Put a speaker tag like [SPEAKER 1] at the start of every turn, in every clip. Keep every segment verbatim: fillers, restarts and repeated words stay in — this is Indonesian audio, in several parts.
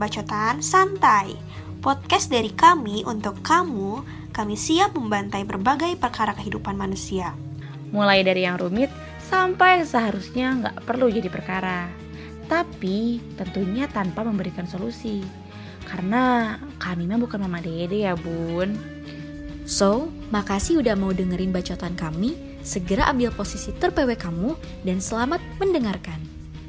[SPEAKER 1] Bacotan Santai, podcast dari kami untuk kamu. Kami siap membantai berbagai perkara kehidupan manusia,
[SPEAKER 2] mulai dari yang rumit sampai seharusnya nggak perlu jadi perkara, tapi tentunya tanpa memberikan solusi. Karena kami mah bukan mama dede ya bun.
[SPEAKER 3] So, makasih udah mau dengerin bacotan kami. Segera ambil posisi ter-P W kamu dan selamat mendengarkan.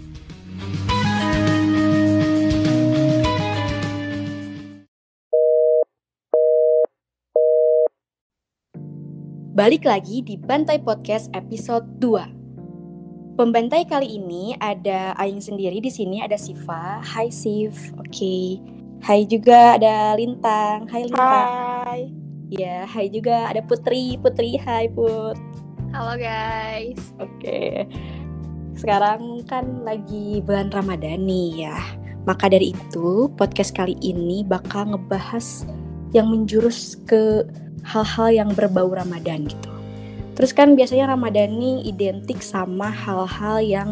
[SPEAKER 3] Balik lagi di Bantai Podcast episode dua. Pembantai kali ini ada Aing sendiri, di sini ada Siva. Hai Sif. Oke. Okay. Hai juga ada Lintang. Hai Lintang.
[SPEAKER 4] Hai.
[SPEAKER 3] Ya, hai juga ada Putri. Putri, hai Put.
[SPEAKER 4] Halo guys.
[SPEAKER 3] Oke. Okay. Sekarang kan lagi bulan Ramadan nih ya. Maka dari itu, podcast kali ini bakal ngebahas yang menjurus ke hal-hal yang berbau Ramadan gitu. Terus kan biasanya Ramadan ini identik sama hal-hal yang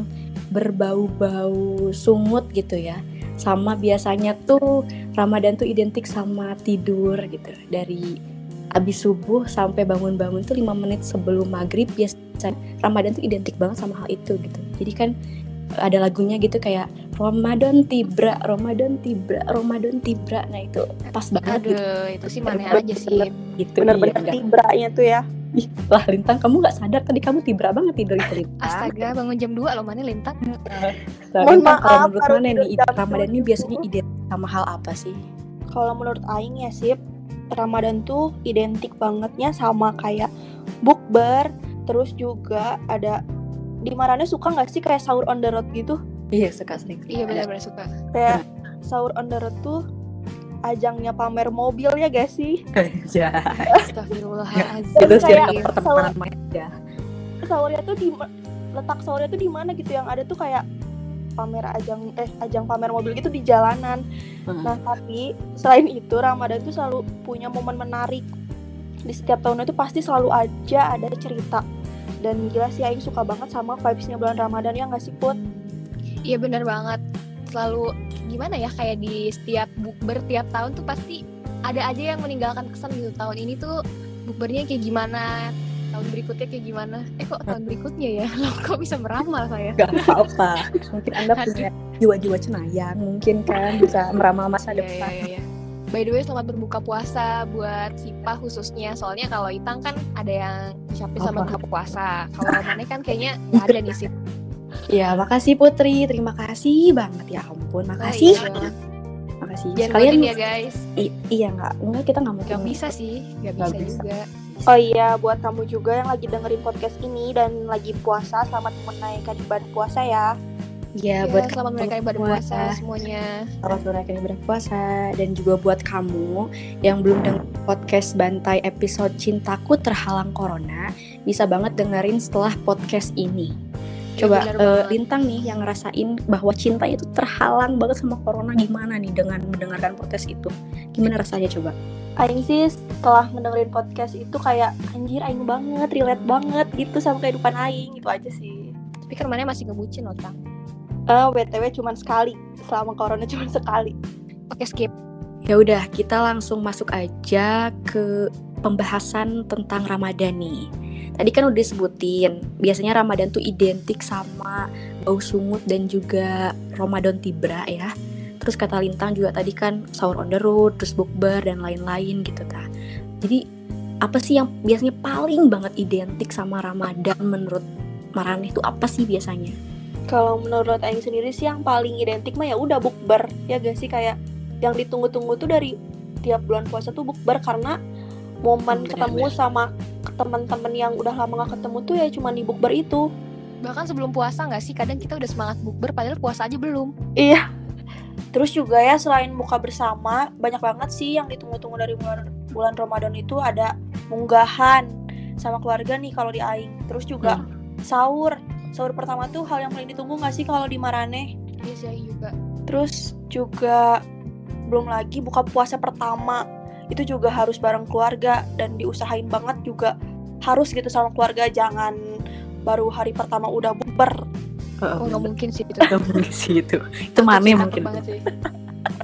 [SPEAKER 3] berbau-bau sungut gitu ya. Sama biasanya tuh Ramadan tuh identik sama tidur gitu. Dari abis subuh sampai bangun-bangun tuh lima menit sebelum maghrib, biasanya Ramadan tuh identik banget sama hal itu gitu. Jadi kan ada lagunya gitu kayak Ramadan tibra, Ramadan tibra, Ramadan tibra. Nah itu pas banget.
[SPEAKER 4] Aduh,
[SPEAKER 3] gitu.
[SPEAKER 4] itu sih mana aja sih.
[SPEAKER 3] Gitu,
[SPEAKER 4] bener-bener
[SPEAKER 3] iya,
[SPEAKER 4] tibranya tuh ya.
[SPEAKER 3] Ih, lah Lintang, kamu gak sadar tadi kamu tibra banget tidur itu Lintang.
[SPEAKER 4] Astaga, bangun jam dua loh mana Lintang.
[SPEAKER 3] Nah,
[SPEAKER 4] Mohon
[SPEAKER 3] Lintang, kalau
[SPEAKER 4] maaf,
[SPEAKER 3] menurut
[SPEAKER 4] baru
[SPEAKER 3] mana
[SPEAKER 4] tidur
[SPEAKER 3] nih
[SPEAKER 4] jam
[SPEAKER 3] Ramadan ini
[SPEAKER 4] tujuh.
[SPEAKER 3] biasanya identik sama hal apa sih?
[SPEAKER 5] Kalau menurut Aing ya Sip, Ramadan tuh identik bangetnya sama kayak bukber. Terus juga ada, di Marane suka gak sih kayak sahur on the road gitu?
[SPEAKER 3] Iya, suka sering.
[SPEAKER 4] Iya benar-benar suka.
[SPEAKER 5] Kayak sahur on the road tuh ajangnya pamer mobil ya gak sih?
[SPEAKER 3] Ya.
[SPEAKER 4] Astagfirullahaladzim.
[SPEAKER 3] Itu
[SPEAKER 5] Terus
[SPEAKER 3] sih
[SPEAKER 5] kayak
[SPEAKER 3] pertemanan aja.
[SPEAKER 5] Sahurnya tuh di letak sahurnya tuh di mana gitu, yang ada tuh kayak pamer ajang eh ajang pamer mobil gitu di jalanan.
[SPEAKER 3] Hmm.
[SPEAKER 5] Nah tapi selain itu Ramadan tuh selalu punya momen menarik. Di setiap tahunnya tuh pasti selalu aja ada cerita. Dan gila sih Aing suka banget sama vibes-nya bulan Ramadan, ya nggak sih Put?
[SPEAKER 4] Iya benar banget. Selalu gimana ya, kayak di setiap bukber tiap tahun tuh pasti ada aja yang meninggalkan kesan gitu. Tahun ini tuh bukbernya kayak gimana, tahun berikutnya kayak gimana. Eh kok tahun berikutnya ya? Loh kok bisa meramal saya?
[SPEAKER 3] Gak apa-apa. Mungkin Anda punya jiwa-jiwa cenayang, mungkin kan bisa meramal masa
[SPEAKER 4] Iya,
[SPEAKER 3] depan.
[SPEAKER 4] iya, iya. By the way, selamat berbuka puasa buat Sipa khususnya. Soalnya kalau Itang kan ada yang ucapin selamat berbuka puasa. Kalau Mane kan kayaknya nggak ada nih sih.
[SPEAKER 3] Ya, makasih Putri. Terima kasih banget ya ampun. Makasih.
[SPEAKER 4] Oh, iya.
[SPEAKER 3] Makasih.
[SPEAKER 4] Jangan
[SPEAKER 3] Sekalian
[SPEAKER 4] godin ya guys.
[SPEAKER 3] I- iya nggak, enggak kita nggak mungkin.
[SPEAKER 4] Gak bisa sih, gak bisa,
[SPEAKER 3] Nggak bisa.
[SPEAKER 4] juga.
[SPEAKER 5] Oh iya, buat kamu juga yang lagi dengerin podcast ini dan lagi puasa, selamat menaikkan ibadah puasa ya.
[SPEAKER 3] Iya,
[SPEAKER 4] Ya,
[SPEAKER 3] buat
[SPEAKER 4] selamat menunaikan ibadah puasa semuanya.
[SPEAKER 3] Selamat menunaikan ibadah puasa. Dan juga buat kamu yang belum denger podcast Bantai episode Cintaku Terhalang Corona, bisa banget dengerin setelah podcast ini. Coba
[SPEAKER 4] Ya, bener
[SPEAKER 3] uh,
[SPEAKER 4] banget.
[SPEAKER 3] Lintang nih yang ngerasain bahwa cinta itu terhalang banget sama corona, gimana nih dengan mendengarkan podcast itu? Gimana rasanya coba?
[SPEAKER 5] Aing sih setelah ngedengerin podcast itu kayak anjir Aing banget, relate banget gitu sama kehidupan Aing, itu aja sih.
[SPEAKER 4] Tapi kan Mane masih ngebucin loh, Tang.
[SPEAKER 5] Eh, B T W cuman sekali, selama corona cuman sekali.
[SPEAKER 4] Oke, skip.
[SPEAKER 3] Ya udah, kita langsung masuk aja ke pembahasan tentang Ramadan nih. Tadi kan udah disebutin, biasanya Ramadan tuh identik sama bau sungut dan juga Ramadan tibra ya. Terus kata Lintang juga tadi kan sahur on the road, terus bukber dan lain-lain gitu ta. Jadi apa sih yang biasanya paling banget identik sama Ramadan menurut Maraneh itu apa sih biasanya?
[SPEAKER 5] Kalau menurut Aing sendiri sih yang paling identik mah ya udah bukber, ya gak sih, kayak yang ditunggu-tunggu tuh dari tiap bulan puasa tuh bukber, karena momen
[SPEAKER 3] Bener,
[SPEAKER 5] ketemu
[SPEAKER 3] bener.
[SPEAKER 5] sama teman-teman yang udah lama gak ketemu tuh ya cuma di bukber itu.
[SPEAKER 4] Bahkan sebelum puasa nggak sih? Kadang kita udah semangat bukber padahal puasa aja belum.
[SPEAKER 5] Iya. Terus juga ya selain buka bersama, banyak banget sih yang ditunggu-tunggu dari bulan bulan Ramadan itu ada munggahan sama keluarga nih kalau di Aing. Terus juga
[SPEAKER 3] Hmm.
[SPEAKER 5] sahur. Sahur pertama tuh hal yang paling ditunggu nggak sih kalau di Maraneh?
[SPEAKER 4] Iya sih Aing juga.
[SPEAKER 5] Terus juga belum lagi buka puasa pertama. Itu juga harus bareng keluarga dan diusahain banget juga harus gitu sama keluarga, jangan baru hari pertama udah bukber.
[SPEAKER 4] Oh nggak mungkin sih itu.
[SPEAKER 3] Gak mungkin sih itu. Itu Mane
[SPEAKER 4] Cakep
[SPEAKER 3] mungkin.
[SPEAKER 4] banget sih.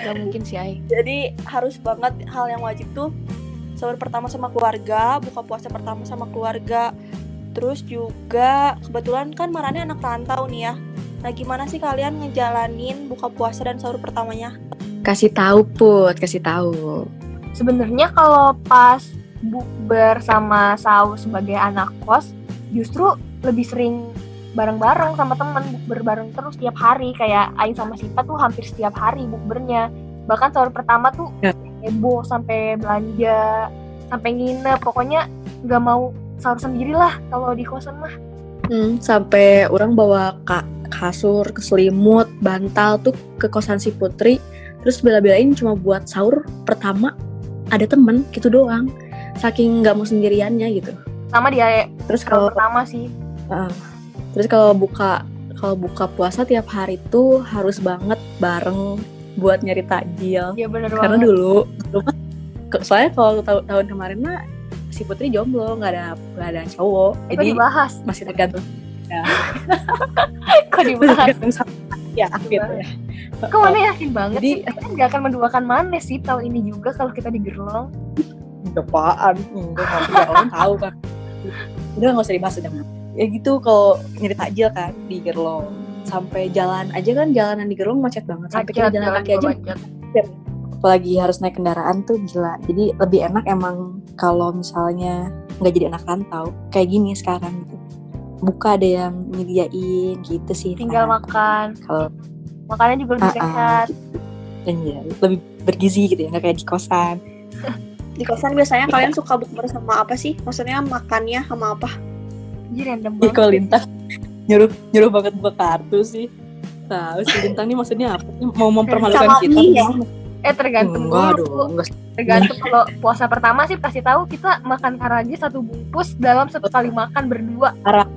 [SPEAKER 4] Gak mungkin sih, Ai.
[SPEAKER 5] Jadi harus banget hal yang wajib tuh sahur pertama sama keluarga, buka puasa pertama sama keluarga. Terus juga kebetulan kan Marane anak rantau nih ya. Nah gimana sih kalian ngejalanin buka puasa dan sahur pertamanya?
[SPEAKER 3] Kasih tahu Put, kasih tahu.
[SPEAKER 4] Sebenarnya kalau pas bukber sama sahur sebagai anak kos, justru lebih sering bareng-bareng sama temen, bukber bareng terus tiap hari. Kayak Aing sama Sipa tuh hampir setiap hari bukbernya. Bahkan sahur pertama tuh
[SPEAKER 3] Ya.
[SPEAKER 4] heboh sampai belanja, sampai nginep. Pokoknya nggak mau sahur sendirilah kalau di kosan mah.
[SPEAKER 3] Hmm, sampai orang bawa ka- kasur, selimut, bantal tuh ke kosan si Putri. Terus bela-belain cuma buat sahur pertama ada temen gitu doang. Saking nggak mau sendiriannya gitu.
[SPEAKER 4] Sama dia
[SPEAKER 3] Terus
[SPEAKER 4] sahur
[SPEAKER 3] kalau
[SPEAKER 4] pertama sih.
[SPEAKER 3] uh, terus kalau buka kalau buka puasa tiap hari tuh harus banget bareng buat nyari takjil.
[SPEAKER 4] Iya bener
[SPEAKER 3] Karena
[SPEAKER 4] banget.
[SPEAKER 3] dulu, dulu mah- ke- soalnya kalau tahun tahun kemarin mah si Putri jomblo, nggak ada nggak ada cowok,
[SPEAKER 4] Kok
[SPEAKER 3] jadi
[SPEAKER 4] dibahas?
[SPEAKER 3] masih tergantung
[SPEAKER 4] Kok
[SPEAKER 3] masih
[SPEAKER 4] dibahas?
[SPEAKER 3] tergantung sama ya gitu ya.
[SPEAKER 4] Kok mana yakin banget
[SPEAKER 3] Jadi-
[SPEAKER 4] sih? Kita nggak akan menduakan Mane sih tahun ini juga kalau kita di Gerlong.
[SPEAKER 3] Apaan? Enggak, nggak orang tahu kan. Udah nggak usah dibahas jangan. Ya gitu kalau nyari takjil kan di Gerlong. Sampai jalan aja kan jalanan di Gerlong macet banget. Sampai kita
[SPEAKER 4] Macet,
[SPEAKER 3] jalan
[SPEAKER 4] jalan
[SPEAKER 3] kaki
[SPEAKER 4] juga
[SPEAKER 3] aja
[SPEAKER 4] macet.
[SPEAKER 3] apalagi harus naik kendaraan tuh gila. Jadi lebih enak emang kalau misalnya nggak jadi anak rantau kayak gini sekarang gitu. Buka ada yang nyediain gitu sih.
[SPEAKER 4] Tinggal
[SPEAKER 3] Tan.
[SPEAKER 4] makan.
[SPEAKER 3] Kalau
[SPEAKER 4] Makannya juga lebih
[SPEAKER 3] Ah, ah.
[SPEAKER 4] sehat.
[SPEAKER 3] dan ya lebih bergizi gitu ya, nggak kayak di kosan.
[SPEAKER 5] Di kosan biasanya kalian suka bukber sama apa sih? Maksudnya makannya sama apa?
[SPEAKER 4] Jadi random
[SPEAKER 3] Ih,
[SPEAKER 4] banget.
[SPEAKER 3] kalau Lintang nyuruh nyuruh banget buka kartu sih. Tahu sih Lintang nih maksudnya apa? Mau mempermalukan
[SPEAKER 5] Sama
[SPEAKER 3] kita?
[SPEAKER 5] mie ya?
[SPEAKER 3] gimana?
[SPEAKER 4] Eh tergantung
[SPEAKER 3] Enggak
[SPEAKER 4] dulu.
[SPEAKER 3] dong, enggak.
[SPEAKER 4] Tergantung kalau puasa pertama sih pasti tahu kita makan karage satu bungkus dalam satu kali makan berdua.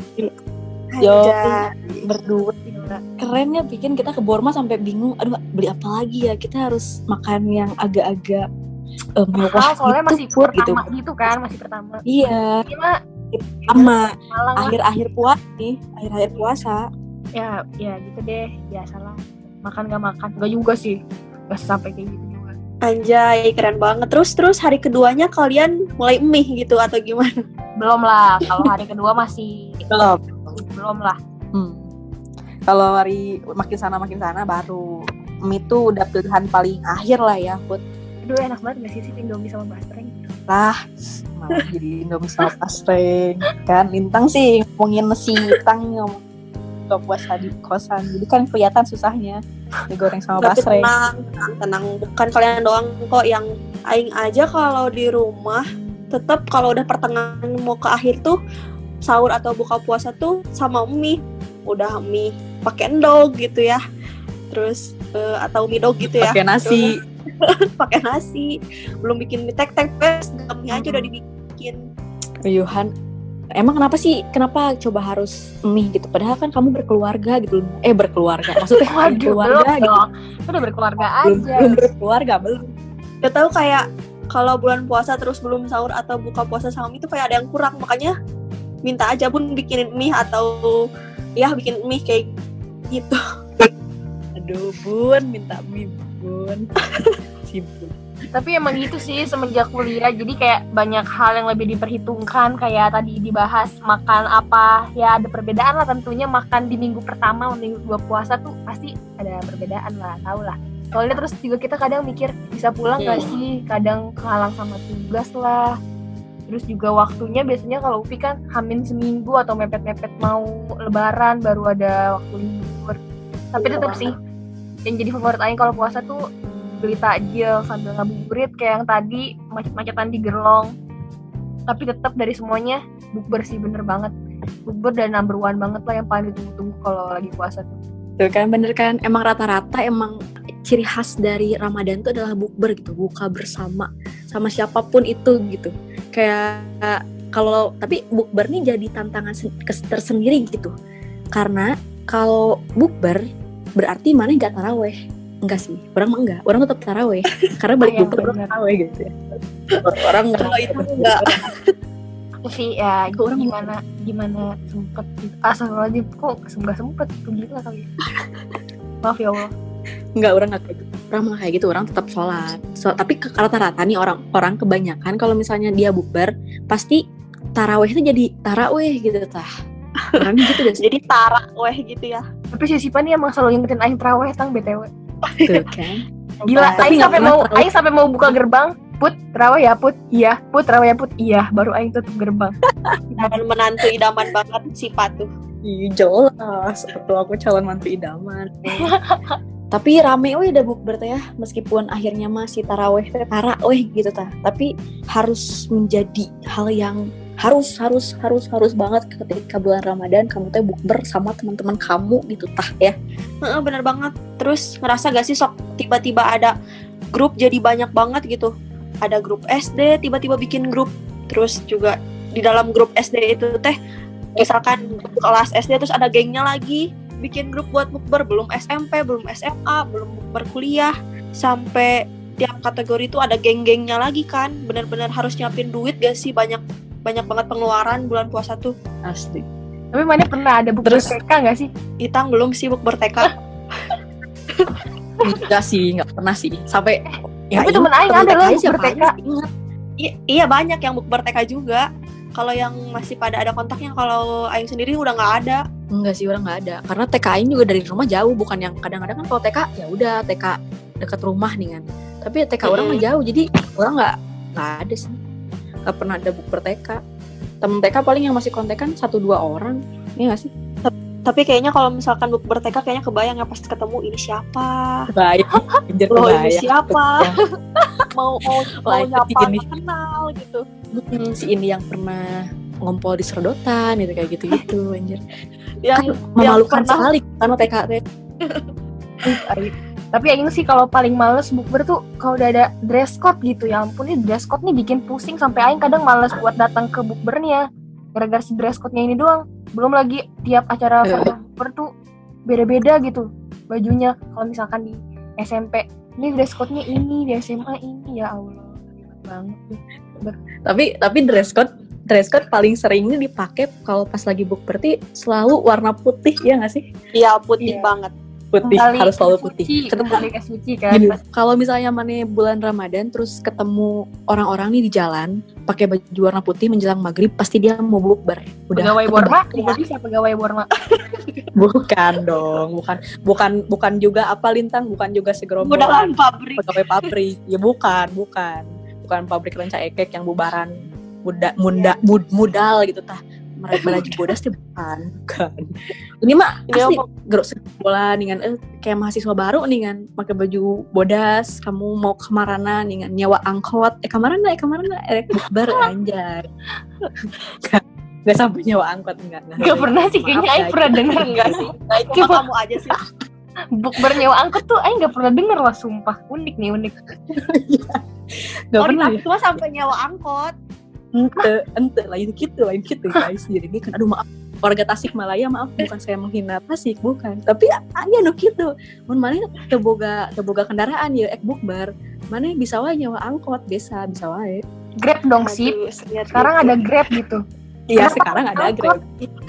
[SPEAKER 3] Yo.
[SPEAKER 5] Aja.
[SPEAKER 3] Berdua.
[SPEAKER 4] Gila.
[SPEAKER 3] Kerennya bikin kita ke Borma sampai bingung. Aduh, beli apa lagi ya? Kita harus makan yang agak-agak eh, mewah
[SPEAKER 4] Mahal soalnya
[SPEAKER 3] gitu,
[SPEAKER 4] masih
[SPEAKER 3] Put, gitu.
[SPEAKER 4] pertama gitu. kan, masih pertama.
[SPEAKER 3] Iya,
[SPEAKER 4] Ini mah
[SPEAKER 3] sama
[SPEAKER 4] malang lah.
[SPEAKER 3] akhir-akhir puasa nih, akhir-akhir puasa.
[SPEAKER 4] Ya, ya gitu deh. Biasalah. Makan gak makan. Gak juga sih. Gak sampai kayak gitu juga.
[SPEAKER 5] Anjay, keren banget. Terus terus hari keduanya kalian mulai emih gitu atau gimana?
[SPEAKER 4] Belum lah. Kalau hari kedua masih
[SPEAKER 3] Belum.
[SPEAKER 4] belum lah.
[SPEAKER 3] Hmm. Kalau hari makin sana makin sana baru mie itu udah pilihan paling akhir lah ya, Put.
[SPEAKER 4] Aduh enak banget gak sih sih Indomie sama basreng.
[SPEAKER 3] Lah, mau jadi Indomie sama pasreng kan. Lintang sih ngomongin nasi Lintang ngomong buka puasa di kosan. Jadi kan kelihatan susahnya digoreng sama
[SPEAKER 5] Tapi
[SPEAKER 3] pasreng.
[SPEAKER 5] tenang, tenang, tenang. Bukan kalian doang kok yang aing aja kalau di rumah tetap kalau udah pertengahan mau ke akhir tuh sahur atau buka puasa tuh sama mie. Udah mie pakai endog gitu ya. Terus eh, atau mie dog gitu ya.
[SPEAKER 3] Pakai nasi.
[SPEAKER 5] Pakai nasi. Belum bikin mie tek-tek, wes mie aja udah dibikin.
[SPEAKER 3] Ruyuhan. Emang kenapa sih? Kenapa coba harus mie gitu? Padahal kan kamu berkeluarga gitu. Eh berkeluarga. Maksudnya
[SPEAKER 4] Waduh,
[SPEAKER 3] berkeluarga
[SPEAKER 4] belum
[SPEAKER 3] gitu.
[SPEAKER 4] dong. Udah berkeluarga
[SPEAKER 3] Belum,
[SPEAKER 4] aja.
[SPEAKER 3] belum berkeluarga belum.
[SPEAKER 5] Gak tahu kayak kalau bulan puasa terus belum sahur atau buka puasa sama mie itu kayak ada yang kurang, makanya minta aja Bun bikinin mie atau ya bikin mie kayak gitu.
[SPEAKER 3] Aduh Bun, minta mie Bun. Si Bun.
[SPEAKER 4] Tapi emang gitu sih semenjak kuliah, jadi kayak banyak hal yang lebih diperhitungkan. Kayak tadi dibahas makan apa, ya ada perbedaan lah tentunya. Makan di minggu pertama, minggu kedua puasa tuh pasti ada perbedaan lah, tau lah. Soalnya terus juga kita kadang mikir bisa pulang gak sih, kadang kehalang sama tugas lah. Terus juga waktunya biasanya kalau Upi kan hamin seminggu atau mepet-mepet mau lebaran baru ada waktu libur. Tapi tetap sih yang jadi favorit Aing kalau puasa tuh beli takjil sambil ngabuburit kayak yang tadi macet-macetan di Gerlong. Tapi tetap dari semuanya bukber sih, bener banget. Bukber dan number one banget lah yang paling ditunggu-tunggu kalau lagi puasa tuh.
[SPEAKER 3] Tuh kan bener kan, emang rata-rata emang ciri khas dari Ramadan itu adalah bukber gitu, buka bersama sama siapapun itu gitu. Kayak kalau tapi bukber nih jadi tantangan sen- tersendiri gitu. Karena kalau bukber berarti mana nggak taraweh. Enggak sih, orang mah enggak. Orang tetap taraweh. Karena balik
[SPEAKER 4] Iya,
[SPEAKER 3] bukber orang
[SPEAKER 4] bener.
[SPEAKER 3] taraweh gitu ya. Orang enggak.
[SPEAKER 5] Kalau itu enggak.
[SPEAKER 4] Aku sih ya
[SPEAKER 3] Aku orang-
[SPEAKER 4] gimana gimana sempet gitu. Astagfirullahaladzim, kok nggak sempet tuh gila kali ya. Maaf ya Allah.
[SPEAKER 3] Enggak, orang nggak kayak gitu. Orang mah kayak gitu, orang tetap sholat. So, tapi ke, rata-rata nih orang-orang kebanyakan kalau misalnya dia bukber pasti taraweh itu jadi taraweh gitu tah. Orang gitu deh.
[SPEAKER 5] Jadi taraweh gitu ya.
[SPEAKER 4] Tapi si Sipa nih emang selalu ingetin aing taraweh tang B T W.
[SPEAKER 3] Tuh kan.
[SPEAKER 4] Gila,
[SPEAKER 3] Tapi
[SPEAKER 4] aing
[SPEAKER 3] nggak
[SPEAKER 4] sampai
[SPEAKER 3] pernah
[SPEAKER 4] mau
[SPEAKER 3] taraweh.
[SPEAKER 4] aing sampai mau buka gerbang. Put, taraweh ya Put. Iya, Put, taraweh ya Put. Iya, baru aing tutup gerbang.
[SPEAKER 5] Dan menantu idaman banget si Patuh.
[SPEAKER 3] Iya jelas, betul aku calon mantu idaman. Tapi rame weh udah bukber teh ya, meskipun akhirnya masih taraweh teh taraweh gitu tah. Tapi harus menjadi hal yang harus harus harus harus banget ketika bulan Ramadan kamu teh bukber sama teman-teman kamu gitu tah ya.
[SPEAKER 5] Heeh, bener banget. Terus ngerasa gak sih sok tiba-tiba ada grup jadi banyak banget gitu. Ada grup S D, tiba-tiba bikin grup. Terus juga di dalam grup S D itu teh misalkan kelas S D terus ada gengnya lagi bikin grup buat bukber, belum S M P, belum S M A, belum bukber kuliah, sampai tiap kategori itu ada geng-gengnya lagi kan. Benar-benar harus nyiapin duit gak sih, banyak banyak banget pengeluaran bulan puasa tuh.
[SPEAKER 3] Asli.
[SPEAKER 4] Tapi mana pernah ada bukber
[SPEAKER 3] Terus-
[SPEAKER 4] T K nggak sih?
[SPEAKER 5] Itang belum sih bukber T K.
[SPEAKER 3] Enggak sih, enggak pernah sih. Sampai
[SPEAKER 4] Tapi temen aing ada loh bukber T K.
[SPEAKER 5] I- iya banyak yang bukber T K juga. Kalau yang masih pada ada kontaknya, kalau aing sendiri udah nggak ada.
[SPEAKER 3] Enggak sih, orang nggak ada. Karena T K aing juga dari rumah jauh, bukan yang kadang-kadang kan kalau T K ya udah T K dekat rumah nih kan. Tapi T K orang mah jauh, jadi orang nggak nggak ada sih. Nggak pernah ada bukber T K. Temen T K paling yang masih kontekan satu dua orang, iya nggak sih?
[SPEAKER 5] Tapi kayaknya kalau misalkan bukber T K kayaknya kebayang ya pas ketemu ini siapa,
[SPEAKER 3] Baik, anjir
[SPEAKER 5] loh ini
[SPEAKER 3] kebayang.
[SPEAKER 5] siapa, mau mau mau
[SPEAKER 3] Wah,
[SPEAKER 5] nyapa
[SPEAKER 3] ini.
[SPEAKER 5] nggak kenal gitu.
[SPEAKER 3] Hmm, si ini yang pernah ngompol di serodotan gitu kayak gitu-gitu anjir.
[SPEAKER 5] Yang
[SPEAKER 3] Kan memalukan
[SPEAKER 5] yang pernah-
[SPEAKER 3] sekali karena T K teh.
[SPEAKER 4] Tapi aing sih kalau paling males bukber tuh kalau udah ada dress code gitu. Ya ampun, ini dress code nih bikin pusing sampai aing kadang males buat datang ke bukbernya. Gara-gara si dress code-nya ini doang. Belum lagi tiap acara
[SPEAKER 3] Eh.
[SPEAKER 4] formal bukber tuh beda-beda gitu bajunya. Kalau misalkan di S M P, ini dress code-nya ini, di S M A ini, ya Allah. Ribet banget.
[SPEAKER 3] Tapi tapi dress code dress code paling seringnya dipakai kalau pas lagi bukber berarti selalu warna putih ya nggak sih?
[SPEAKER 5] Iya putih
[SPEAKER 4] Iya.
[SPEAKER 5] banget.
[SPEAKER 3] Putih
[SPEAKER 4] Kembali
[SPEAKER 3] harus selalu
[SPEAKER 4] ke
[SPEAKER 3] putih.
[SPEAKER 4] suci,
[SPEAKER 3] Ketika-
[SPEAKER 4] kembali ke suci kan.
[SPEAKER 3] Gini,
[SPEAKER 4] Pas-
[SPEAKER 3] kalau misalnya mana bulan Ramadan terus ketemu orang-orang nih di jalan pakai baju warna putih menjelang maghrib pasti dia mau bukber. Udah
[SPEAKER 4] Pegawai
[SPEAKER 3] ketebak.
[SPEAKER 4] Borma, juga bisa pegawai Borma.
[SPEAKER 3] Bukan dong, bukan bukan bukan juga apa Lintang, bukan juga
[SPEAKER 5] Udah
[SPEAKER 3] segerombolan
[SPEAKER 5] pabrik.
[SPEAKER 3] pegawai pabrik. Ya bukan, bukan. Bukan pabrik renca ekek yang bubaran muda munda mud, mudal gitu tah. Mereka baju bodas tuh bukan, bukan. Ini mah
[SPEAKER 5] Ini
[SPEAKER 3] asli
[SPEAKER 5] apa?
[SPEAKER 3] gerok sekolah nih kan, eh, kayak mahasiswa baru nih kan, pakai baju bodas, kamu mau kemarana nih kan, nyewa angkot, eh kemarana, eh kemarana, eh bukber anjay. Gak, gak sampai nyewa angkot enggak.
[SPEAKER 4] Gak pernah sih, kayaknya Aing pernah denger.
[SPEAKER 5] Enggak sih. Nah, itu mah kamu aja sih.
[SPEAKER 4] Bukber nyewa angkot tuh Aing gak pernah denger loh, sumpah. Unik nih, unik.
[SPEAKER 3] Gak
[SPEAKER 5] Oh, di
[SPEAKER 3] pernah ya.
[SPEAKER 5] Papua sampai nyewa angkot.
[SPEAKER 3] Ente, ente, lain gitu, lain gitu guys. Jadi ini kan, aduh maaf, warga Tasikmalaya maaf, bukan saya menghina Tasik, bukan. Tapi aja nu gitu. Mun mana teboga teboga kendaraan ya ek bukber, mana bisa wae nyewa angkot, bisa bisa wae.
[SPEAKER 4] Grab dong sih.
[SPEAKER 5] Aduh, serius
[SPEAKER 4] Sekarang
[SPEAKER 5] gitu.
[SPEAKER 4] ada Grab gitu.
[SPEAKER 3] Iya,
[SPEAKER 4] Kenapa
[SPEAKER 3] sekarang ada
[SPEAKER 4] angkot?
[SPEAKER 3] Grab.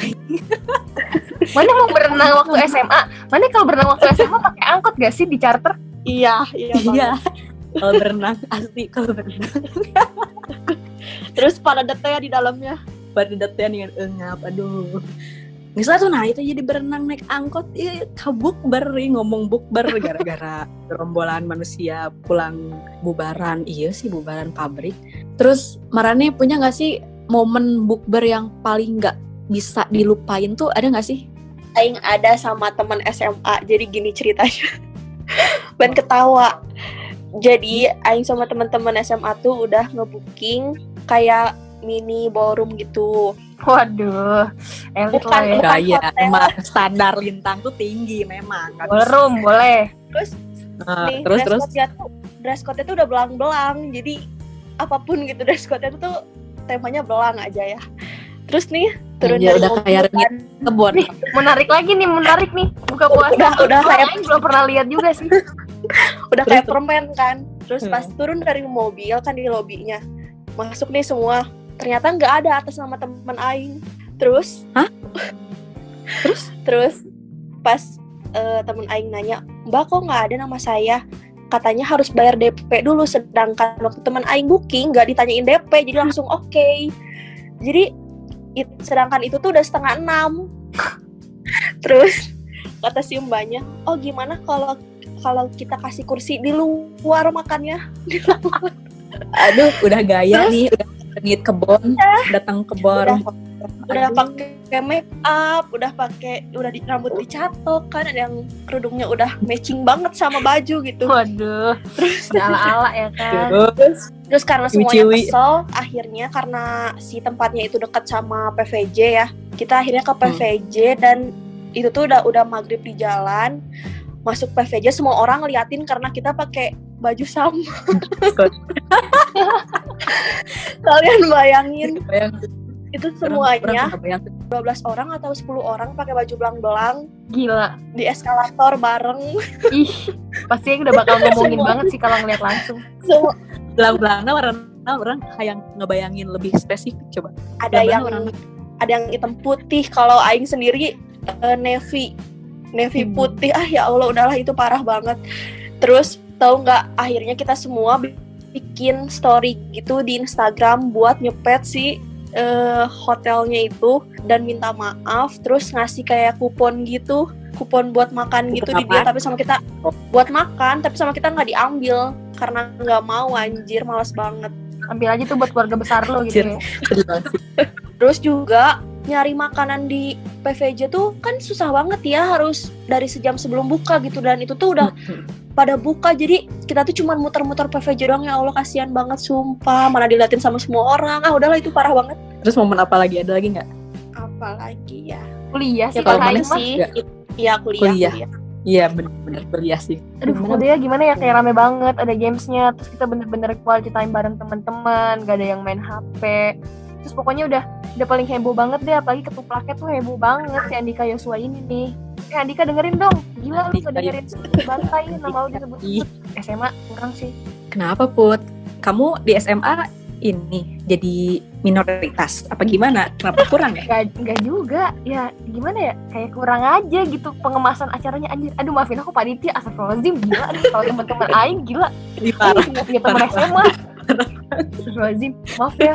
[SPEAKER 4] Mana mau berenang waktu S M A? Mana kalau berenang waktu S M A pakai angkot gak sih di charter?
[SPEAKER 5] Iya, iya banget.
[SPEAKER 3] Iya. Kalau berenang asli kalau berenang
[SPEAKER 5] Terus pada detail di dalamnya.
[SPEAKER 3] pada datanya dengan engap, aduh. Misalnya tuh nah itu jadi berenang naik angkot, iya kabukber ih, ngomong bukber gara-gara gerombolan manusia pulang bubaran, iya sih bubaran pabrik. Terus Marane punya nggak sih momen bukber yang paling nggak bisa dilupain tuh ada nggak sih?
[SPEAKER 5] Aing ada sama teman S M A. Jadi gini ceritanya. Ben ketawa. Jadi Aing sama teman-teman S M A tuh udah ngebooking kayak mini ballroom gitu.
[SPEAKER 4] Waduh, elit
[SPEAKER 5] Bukan,
[SPEAKER 4] lah ya.
[SPEAKER 5] bukan.
[SPEAKER 3] Gaya
[SPEAKER 5] hotel.
[SPEAKER 3] emang standar Lintang tuh tinggi memang. Nggak bisa.
[SPEAKER 4] Ballroom, boleh.
[SPEAKER 5] Terus
[SPEAKER 3] Nah,
[SPEAKER 5] nih
[SPEAKER 3] terus
[SPEAKER 5] dress
[SPEAKER 3] terus
[SPEAKER 5] code-nya tuh dress code-nya tuh udah belang-belang. Jadi apapun gitu dress code-nya tuh temanya belang aja ya. Terus nih turun
[SPEAKER 3] Anjir,
[SPEAKER 5] dari
[SPEAKER 3] udah
[SPEAKER 5] mobil
[SPEAKER 3] kayak
[SPEAKER 5] kan.
[SPEAKER 3] kebun.
[SPEAKER 4] Nih, menarik lagi nih, menarik nih. Buka puasa.
[SPEAKER 5] Udah- udah
[SPEAKER 4] Soalnya
[SPEAKER 5] kayak-
[SPEAKER 4] Aing belum pernah lihat juga sih.
[SPEAKER 5] Udah
[SPEAKER 3] Terus
[SPEAKER 5] kayak
[SPEAKER 3] tuh.
[SPEAKER 5] permen kan. Terus
[SPEAKER 3] Hmm.
[SPEAKER 5] pas turun dari mobil kan di lobinya. Masuk nih semua. Ternyata nggak ada atas nama teman Aing. Terus
[SPEAKER 3] Hah? Terus?
[SPEAKER 5] Terus pas eh, temen Aing nanya Mbak kok nggak ada nama saya, katanya harus bayar D P dulu, sedangkan waktu teman aing booking nggak ditanyain D P, jadi langsung oke. Okay. Jadi it, sedangkan itu tuh udah setengah enam. Terus kata si mbaknya, oh gimana kalau kalau kita kasih kursi di luar makannya di luar.
[SPEAKER 3] Aduh, udah gaya
[SPEAKER 5] Terus,
[SPEAKER 3] nih, udah ngit kebon, datang ke bar.
[SPEAKER 5] Udah pakai make up, udah pakai udah di, rambut dicatok kan, ada yang kerudungnya udah matching banget sama baju gitu.
[SPEAKER 2] Waduh,
[SPEAKER 5] Terus
[SPEAKER 2] udah ala-ala ya kan.
[SPEAKER 3] Terus
[SPEAKER 5] terus karena semuanya
[SPEAKER 3] Ciwi-ciwi.
[SPEAKER 5] kesel, akhirnya karena si tempatnya itu dekat sama P V J ya, kita akhirnya ke P V J dan itu tuh udah udah maghrib di jalan. Masuk P V J semua orang ngeliatin karena kita pakai baju sama. Kalian bayangin
[SPEAKER 3] bayang
[SPEAKER 5] itu semuanya
[SPEAKER 3] bayang
[SPEAKER 5] dua belas orang atau sepuluh orang pakai baju belang-belang
[SPEAKER 2] Gila.
[SPEAKER 5] di eskalator bareng.
[SPEAKER 2] Ih, pasti udah bakal ngomongin
[SPEAKER 5] Semua.
[SPEAKER 2] banget sih kalau ngeliat langsung.
[SPEAKER 5] Semua
[SPEAKER 3] belang-belangnya warna orang yang ngebayangin lebih spesifik coba.
[SPEAKER 5] ada
[SPEAKER 3] Belang-belang
[SPEAKER 5] yang
[SPEAKER 3] warna.
[SPEAKER 5] ada yang hitam putih, kalau aing sendiri uh, navy navy
[SPEAKER 3] Hmm.
[SPEAKER 5] putih. Ah ya Allah, udahlah itu parah banget. Terus tahu nggak, akhirnya kita semua bikin story gitu di Instagram buat nyepet si uh, hotelnya itu dan minta maaf, terus ngasih kayak kupon gitu, kupon buat makan gitu di dia,
[SPEAKER 3] Apaan?
[SPEAKER 5] tapi sama kita buat makan, tapi sama kita nggak diambil karena nggak mau, anjir, malas banget.
[SPEAKER 2] Ambil aja tuh buat keluarga besar lo gitu ya.
[SPEAKER 3] Sedih banget sih.
[SPEAKER 5] Terus juga nyari makanan di P V J tuh kan susah banget ya, harus dari sejam sebelum buka gitu, dan itu tuh udah pada buka, jadi kita tuh cuma muter-muter P V J doang. Ya Allah, kasihan banget sumpah, mana diliatin sama semua orang. Ah udahlah, itu parah banget.
[SPEAKER 3] Terus momen apa lagi, ada lagi nggak?
[SPEAKER 5] Apalagi ya,
[SPEAKER 2] Kuliah sih
[SPEAKER 5] ya
[SPEAKER 2] kalau
[SPEAKER 5] kalau
[SPEAKER 2] Aing
[SPEAKER 5] mana
[SPEAKER 2] mah.
[SPEAKER 5] sih,
[SPEAKER 3] Nggak.
[SPEAKER 5] iya kuliah,
[SPEAKER 3] Kuliah.
[SPEAKER 5] kuliah.
[SPEAKER 3] Iya bener-bener kuliah sih.
[SPEAKER 2] Aduh, kuliah gimana ya, kayak rame banget, ada gamesnya, terus kita bener-bener quality time bareng teman-teman, gak ada yang main H P. Terus pokoknya udah udah paling heboh banget deh, apalagi ketuplaknya tuh heboh banget si Andika Yosua ini nih. Eh Andika dengerin dong, gila lu
[SPEAKER 3] Andika
[SPEAKER 2] gak dengerin bantai nama lu disebut-sebut. S M A kurang sih.
[SPEAKER 3] Kenapa Put? Kamu di S M A ini jadi minoritas apa gimana? Kenapa kurang ya?
[SPEAKER 2] Gak, gak juga, ya gimana ya, kayak kurang aja gitu pengemasan acaranya, anjir. Aduh maafin aku panitia, astagfirullahaladzim, gila nih kalau teman-teman Aing gila.
[SPEAKER 3] Di parah.
[SPEAKER 2] Aing punya teman S M A. Astagfirullahaladzim, maaf ya.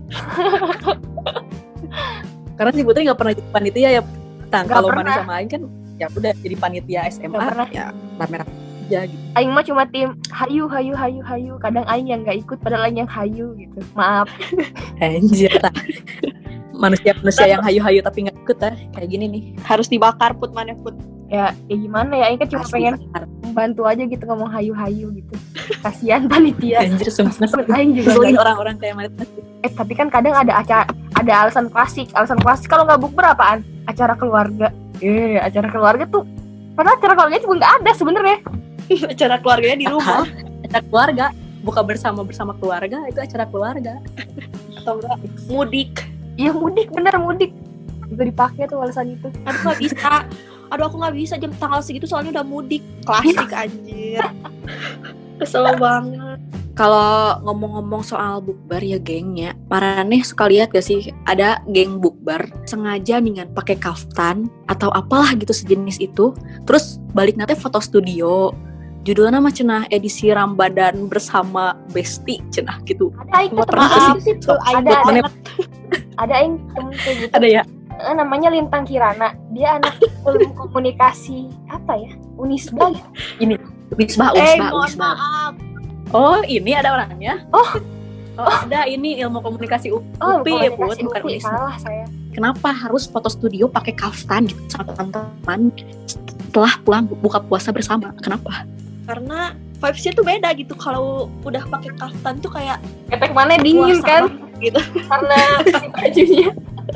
[SPEAKER 3] Karena si Putri nggak pernah jadi panitia ya. Nah,
[SPEAKER 2] Nggak
[SPEAKER 3] kalau
[SPEAKER 2] pernah.
[SPEAKER 3] Mani sama Aing kan ya udah jadi panitia S M A
[SPEAKER 2] Nggak pernah.
[SPEAKER 3] ya rame-rame aja gitu.
[SPEAKER 2] Aing mah cuma tim hayu hayu hayu hayu. Kadang Aing yang nggak ikut, padahal Aing yang hayu gitu. Maaf.
[SPEAKER 3] Anjir. Tah. Manusia-manusia yang hayu-hayu tapi nggak ikut ah. Kayak gini nih.
[SPEAKER 5] Harus dibakar put, mana put.
[SPEAKER 2] Ya, ya gimana ya? Aing kan cuma
[SPEAKER 3] Asli,
[SPEAKER 2] pengen
[SPEAKER 3] bakar.
[SPEAKER 2] membantu aja gitu, ngomong hayu hayu gitu. Kasihan panitia.
[SPEAKER 3] Anjir sumpah.
[SPEAKER 2] Aing juga
[SPEAKER 3] Ngeselin
[SPEAKER 2] nggak-
[SPEAKER 3] orang-orang kayak Marit.
[SPEAKER 2] Eh tapi kan kadang ada acara, ada alasan klasik. Alasan klasik kalau nggak bukber apaan? Acara keluarga. Eh, acara keluarga tuh. Padahal acara keluarga juga nggak ada sebenarnya.
[SPEAKER 5] Acara keluarganya di rumah.
[SPEAKER 3] Acara keluarga, buka bersama bersama keluarga itu acara keluarga.
[SPEAKER 5] Atau enggak mudik.
[SPEAKER 2] Iya mudik, bener mudik. Juga dipakai tuh alasan itu.
[SPEAKER 5] Aduh nggak bisa. Aduh aku nggak bisa jam tanggal segitu soalnya udah mudik. Klasik anjir. Kesel banget.
[SPEAKER 3] Kalau ngomong-ngomong soal bukber ya gengnya, Maraneh suka lihat gak sih ada geng bukber sengaja dengan pakai kaftan atau apalah gitu sejenis itu, terus balik nanti foto studio, judulnya mah cenah edisi Ramadan bersama Besti cenah gitu.
[SPEAKER 2] Ada Aing tuh
[SPEAKER 3] Buat
[SPEAKER 2] temen
[SPEAKER 3] apa
[SPEAKER 2] kayak
[SPEAKER 3] sih?
[SPEAKER 2] gitu sih.
[SPEAKER 5] Tuh, aing
[SPEAKER 2] Ada,
[SPEAKER 5] buat
[SPEAKER 2] ada,
[SPEAKER 5] mana?
[SPEAKER 2] ada Aing temen kayak gitu.
[SPEAKER 3] Ada ya?
[SPEAKER 2] Eh, namanya Lintang Kirana. Dia anak ilmu komunikasi apa ya? Unisba gitu.
[SPEAKER 3] Unisba,
[SPEAKER 5] Eh
[SPEAKER 3] Unisba,
[SPEAKER 5] mohon
[SPEAKER 3] Unisba.
[SPEAKER 5] maaf.
[SPEAKER 3] Oh ini ada orangnya?
[SPEAKER 2] Oh.
[SPEAKER 3] Oh ada, ini ilmu komunikasi U-
[SPEAKER 2] Oh,
[SPEAKER 3] U P ya Put,
[SPEAKER 2] komunikasi
[SPEAKER 3] bukan
[SPEAKER 2] U P,
[SPEAKER 3] Unisba.
[SPEAKER 2] salah saya.
[SPEAKER 3] Kenapa harus foto studio pakai kaftan gitu sama teman-teman setelah pulang buka puasa bersama? Kenapa?
[SPEAKER 5] Karena vibes-nya tuh beda gitu. Kalau udah pakai kaftan tuh kayak
[SPEAKER 2] Efek mana dingin
[SPEAKER 5] puasa
[SPEAKER 2] kan?
[SPEAKER 5] banget gitu.
[SPEAKER 2] Karena pakai bajunya.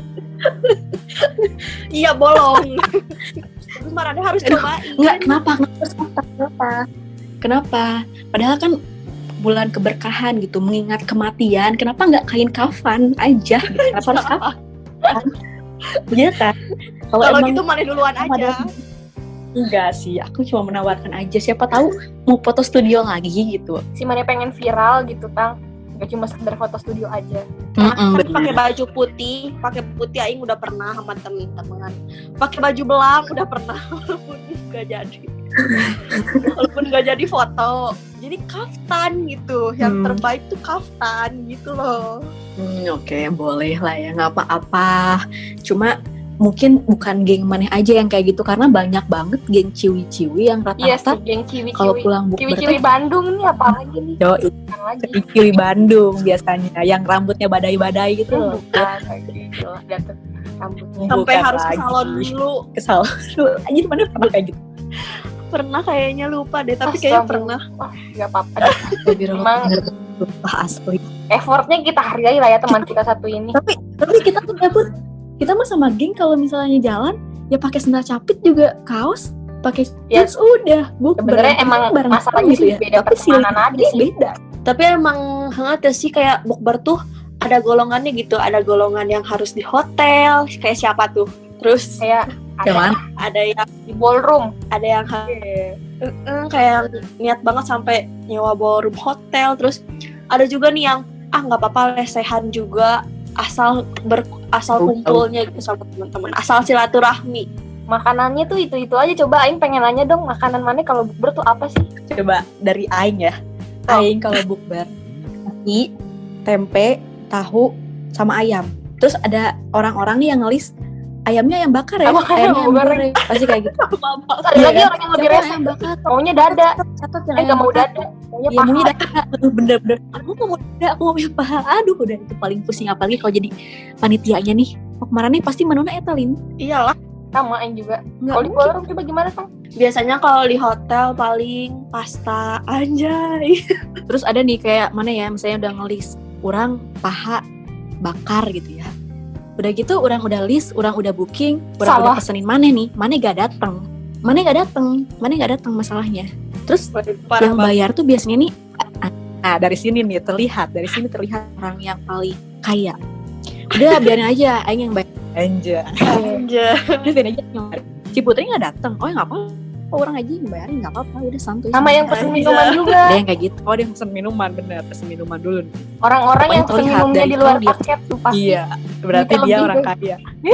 [SPEAKER 5] Iya bolong. Tapi Marane harus
[SPEAKER 3] Aduh,
[SPEAKER 5] cobain.
[SPEAKER 3] Enggak, kenapa? Kenapa? Kenapa? Kenapa? Padahal kan bulan keberkahan gitu, mengingat kematian. Kenapa nggak kain kafan aja? Gitu? Kenapa harus kafan? Iya kan? Kalau
[SPEAKER 5] Kalau
[SPEAKER 3] emang
[SPEAKER 5] gitu Mane duluan aja.
[SPEAKER 3] Ramadan- enggak sih, aku cuma menawarkan aja. Siapa tahu mau foto studio lagi gitu.
[SPEAKER 2] Si Mane pengen viral gitu, Tang. Gak cuma sekedar foto studio aja.
[SPEAKER 5] Karena
[SPEAKER 3] Mm-mm,
[SPEAKER 5] kan pakai
[SPEAKER 3] bener.
[SPEAKER 5] baju putih, pakai putih aing udah pernah sama temen-temen. Pakai baju belang udah pernah, walaupun gak jadi. walaupun nggak jadi foto. Jadi kaftan gitu, yang
[SPEAKER 3] Hmm.
[SPEAKER 5] terbaik tuh kaftan gitu loh.
[SPEAKER 3] Hmm, oke, boleh lah ya, nggak apa-apa. Cuma mungkin bukan geng maneh aja yang kayak gitu, karena banyak banget geng ciwi-ciwi yang
[SPEAKER 4] Iya
[SPEAKER 3] rata-rata
[SPEAKER 4] sih, geng ciwi-ciwi.
[SPEAKER 3] kalau pulang bukber
[SPEAKER 4] Ciwi-ciwi Bandung nih apalagi nih?
[SPEAKER 3] Yoi,
[SPEAKER 4] Bukan lagi.
[SPEAKER 3] ciwi Bandung biasanya, yang rambutnya badai-badai gitu loh.
[SPEAKER 4] Bukan lagi. Jelas lihat tuh rambutnya.
[SPEAKER 5] Sampai
[SPEAKER 3] Bukan
[SPEAKER 5] harus ke
[SPEAKER 3] lagi.
[SPEAKER 5] salon dulu.
[SPEAKER 3] Kesal. Lu anjir mana pernah kayak gitu?
[SPEAKER 5] Pernah kayaknya lupa deh, tapi kayaknya
[SPEAKER 4] Astaga.
[SPEAKER 5] pernah.
[SPEAKER 4] Wah, nggak apa-apa deh. Emang-
[SPEAKER 3] Sumpah asli.
[SPEAKER 4] Effortnya kita hargai lah ya teman kita satu ini.
[SPEAKER 3] Tapi tapi kita tuh dapet, kita mah sama geng kalau misalnya jalan ya pakai sendal capit juga, kaos, pakai
[SPEAKER 4] Ya.
[SPEAKER 3] jeans udah. Bukber.
[SPEAKER 4] Sebenarnya emang
[SPEAKER 3] Bareng
[SPEAKER 4] masalahnya
[SPEAKER 3] gitu
[SPEAKER 4] sih
[SPEAKER 3] ya.
[SPEAKER 4] beda
[SPEAKER 3] Tapi
[SPEAKER 4] pertemanan
[SPEAKER 3] feeling
[SPEAKER 4] aja sih.
[SPEAKER 3] beda.
[SPEAKER 5] Tapi emang hangat ya sih, kayak bukber tuh ada golongannya gitu. Ada golongan yang harus di hotel, kayak siapa tuh. Terus
[SPEAKER 4] Kayak
[SPEAKER 3] Kayak
[SPEAKER 4] ada
[SPEAKER 3] mana?
[SPEAKER 5] ada yang
[SPEAKER 4] di ballroom.
[SPEAKER 5] ada yang uh, kayak niat banget sampai nyewa ballroom hotel. Terus ada juga nih yang ah nggak apa-apa lesehan juga, asal ber asal
[SPEAKER 3] Tahu,
[SPEAKER 5] kumpulnya gitu sama teman-teman, asal silaturahmi.
[SPEAKER 4] Makanannya tuh itu-itu aja. Coba Aing pengen nanya dong, makanan mana kalau bukber tuh apa sih?
[SPEAKER 3] Coba dari Aing ya.
[SPEAKER 4] Oh.
[SPEAKER 3] Aing kalau bukber nasi, tempe, tahu, sama ayam. Terus ada orang-orang nih yang ngelis ayamnya ayam bakar ya,
[SPEAKER 4] Emang ayam
[SPEAKER 3] ayamnya ayam
[SPEAKER 4] goreng.
[SPEAKER 3] goreng. Pasti kayak gitu.
[SPEAKER 4] Terus ada
[SPEAKER 3] Iya
[SPEAKER 4] lagi
[SPEAKER 3] kan?
[SPEAKER 4] orang yang lebih
[SPEAKER 3] Siapa
[SPEAKER 4] rese.
[SPEAKER 3] ayam bakar?
[SPEAKER 4] Maunya dada.
[SPEAKER 3] Catat yang
[SPEAKER 4] Eh
[SPEAKER 3] ayam
[SPEAKER 4] gak mau
[SPEAKER 3] bakar.
[SPEAKER 4] dada. Maunya
[SPEAKER 3] Ya maunya
[SPEAKER 4] paha.
[SPEAKER 3] dada. Aduh bener-bener. Aku gak mau dada, aku mau yang paha. Aduh udah itu paling pusing, apalagi kalau jadi panitianya nih. Oh, kemarin nih pasti menuna etalin.
[SPEAKER 5] Iyalah,
[SPEAKER 4] Sama Aing juga.
[SPEAKER 3] Nggak
[SPEAKER 4] Kalau di
[SPEAKER 3] mungkin.
[SPEAKER 4] ballroom coba gimana Sang?
[SPEAKER 5] biasanya kalau di hotel paling pasta, anjay.
[SPEAKER 3] Terus ada nih kayak mana ya, misalnya udah ngelis orang paha bakar gitu ya. Udah gitu orang udah list, orang udah booking, orang
[SPEAKER 4] Salah.
[SPEAKER 3] udah pesenin mana nih, mana gak dateng, mana gak dateng, mana gak dateng masalahnya. Terus
[SPEAKER 5] Parah
[SPEAKER 3] yang
[SPEAKER 5] banget.
[SPEAKER 3] bayar tuh biasanya nih, nah dari sini nih terlihat, dari sini terlihat orang yang paling kaya. Udah biarin aja, Aing yang bayar. Anjay.
[SPEAKER 5] Anjay.
[SPEAKER 3] Udah biarin aja yang bayar. Si Putri gak dateng, oh ya gak apa-apa, orang aja yang bayarin gak apa-apa, udah santuy.
[SPEAKER 4] Sama yang pesen minuman juga.
[SPEAKER 3] Ada yang kayak gitu. Oh, dia yang pesen minuman, bener, pesen minuman dulu nih.
[SPEAKER 4] Orang-orang
[SPEAKER 3] Pokoknya
[SPEAKER 4] yang pesen
[SPEAKER 3] terlihat
[SPEAKER 4] minumnya
[SPEAKER 3] dari
[SPEAKER 4] di luar
[SPEAKER 3] kalau dia-
[SPEAKER 4] paket tuh pasti.
[SPEAKER 3] Iya, berarti
[SPEAKER 4] Duitnya
[SPEAKER 3] dia
[SPEAKER 4] lebih
[SPEAKER 3] orang
[SPEAKER 4] tuh.
[SPEAKER 3] kaya.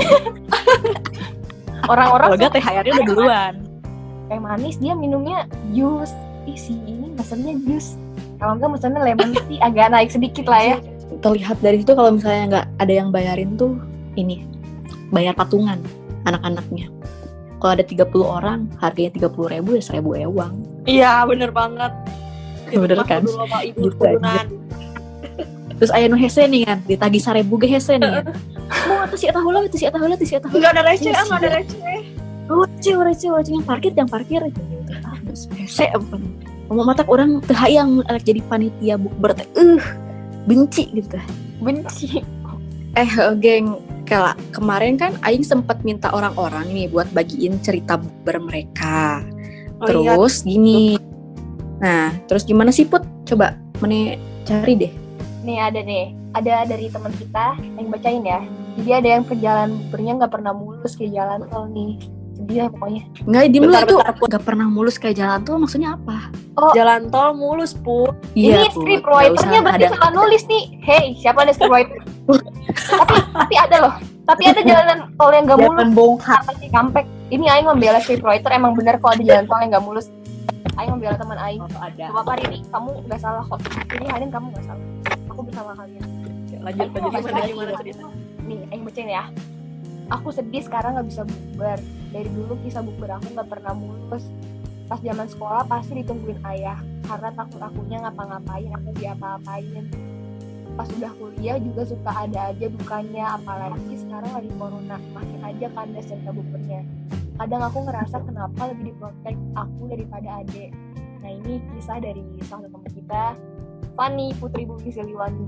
[SPEAKER 4] Orang-orang
[SPEAKER 3] Kalau gak T H R-nya udah duluan.
[SPEAKER 4] teh manis dia minumnya jus. Ih si ini mesennya jus. Kalau enggak mesennya lemon tea agak naik sedikit lah ya.
[SPEAKER 3] Terlihat dari situ kalau misalnya nggak ada yang bayarin tuh ini, bayar patungan anak-anaknya. Kalau ada tiga puluh orang, harganya tiga puluh ribu ya seribu ewang.
[SPEAKER 5] Iya, bener banget.
[SPEAKER 3] Bener
[SPEAKER 5] Itu
[SPEAKER 3] kan?
[SPEAKER 5] kudu sama ibu
[SPEAKER 3] Gitu
[SPEAKER 5] kudunan.
[SPEAKER 3] Terus aya nu hese nih kan, ditagi sarebu ge hese nih. Kan. Mau atas si eta heula, atas si eta heula, atas si eta heula.
[SPEAKER 5] Enggak ada receh,
[SPEAKER 3] Iya,
[SPEAKER 5] enggak ada
[SPEAKER 3] iya.
[SPEAKER 5] receh.
[SPEAKER 3] Oh, receh, receh, receh yang parkir, yang parkir. Ah, geus hese ampun. Ngomong matak orang teu hayang arek jadi panitia bukber teh. Uh, benci gitu.
[SPEAKER 4] Benci.
[SPEAKER 3] Eh, geng, kela kemarin kan Aing sempat minta orang-orang nih buat bagiin cerita bukber mereka.
[SPEAKER 5] Oh, iya.
[SPEAKER 3] Terus gini. Nah, terus gimana sih Put? Coba mana cari deh.
[SPEAKER 4] Nih ada nih, ada dari teman kita yang bacain ya. Jadi ada yang perjalanan bukbernya nggak pernah mulus kayak jalan tol nih. Sedih lah pokoknya.
[SPEAKER 3] Enggak, di
[SPEAKER 5] Bentar,
[SPEAKER 3] tuh
[SPEAKER 5] bentar, Put.
[SPEAKER 3] gak pernah mulus kayak jalan tol maksudnya apa?
[SPEAKER 5] Jalan tol mulus, Pu.
[SPEAKER 4] Ini
[SPEAKER 3] Put,
[SPEAKER 4] script
[SPEAKER 3] nggak
[SPEAKER 4] writer-nya
[SPEAKER 3] usah
[SPEAKER 4] berarti
[SPEAKER 3] ada-
[SPEAKER 4] salah nulis nih. Hey, siapa ada script writer? tapi tapi ada loh. Tapi ada jalanan tol yang nggak mulus.
[SPEAKER 3] Jangan bongkar.
[SPEAKER 4] Kata si Kampek. Ini Aing membela script writer emang benar kalau ada jalan tol yang nggak mulus. Aing membela teman Aing.
[SPEAKER 3] Ada.
[SPEAKER 4] Gak apa-apa Riri, kamu nggak salah kok. Jadi Hanin kamu nggak salah. Aku bersama kalian.
[SPEAKER 3] Lanjut, lanjut.
[SPEAKER 4] Aing
[SPEAKER 5] Gimana,
[SPEAKER 4] mau
[SPEAKER 5] gimana
[SPEAKER 4] bacain.
[SPEAKER 5] cerita?
[SPEAKER 4] Nih, Aing bacain ya. Aku sedih sekarang nggak bisa bukber. Dari dulu kisah bukber aku nggak pernah mulus. Pas zaman sekolah pasti ditungguin ayah karena takut akunya ngapa-ngapain aku diapa-apain. Pas udah kuliah juga suka ada aja dukanya, apalagi sekarang lagi corona, makin aja kandas cerita bukbernya. Kadang aku ngerasa kenapa lebih diprotek aku daripada adek. Nah ini kisah dari salah satu teman kita, Fanny Putri Bumi Siliwangi.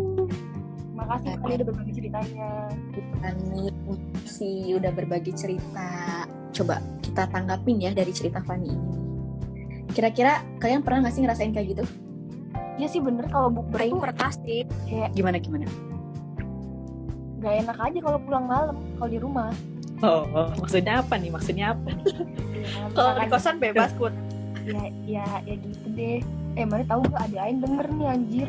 [SPEAKER 4] Makasih Fanny udah berbagi ceritanya.
[SPEAKER 3] Fanny sih udah berbagi cerita. Coba kita tanggapin ya dari cerita Fanny ini. Kira-kira kalian pernah gak sih ngerasain kayak gitu?
[SPEAKER 4] Ya sih bener kalau bukber itu
[SPEAKER 5] pasti.
[SPEAKER 4] kayak
[SPEAKER 3] Gimana gimana?
[SPEAKER 4] gak enak aja kalau pulang malam kalau di rumah.
[SPEAKER 3] Oh, oh, maksudnya apa nih? Maksudnya apa?
[SPEAKER 5] Kalau di kosan bebas, Put.
[SPEAKER 4] ya ya ya gitu deh. Eh mana tahu gak ada Aing denger nih anjir.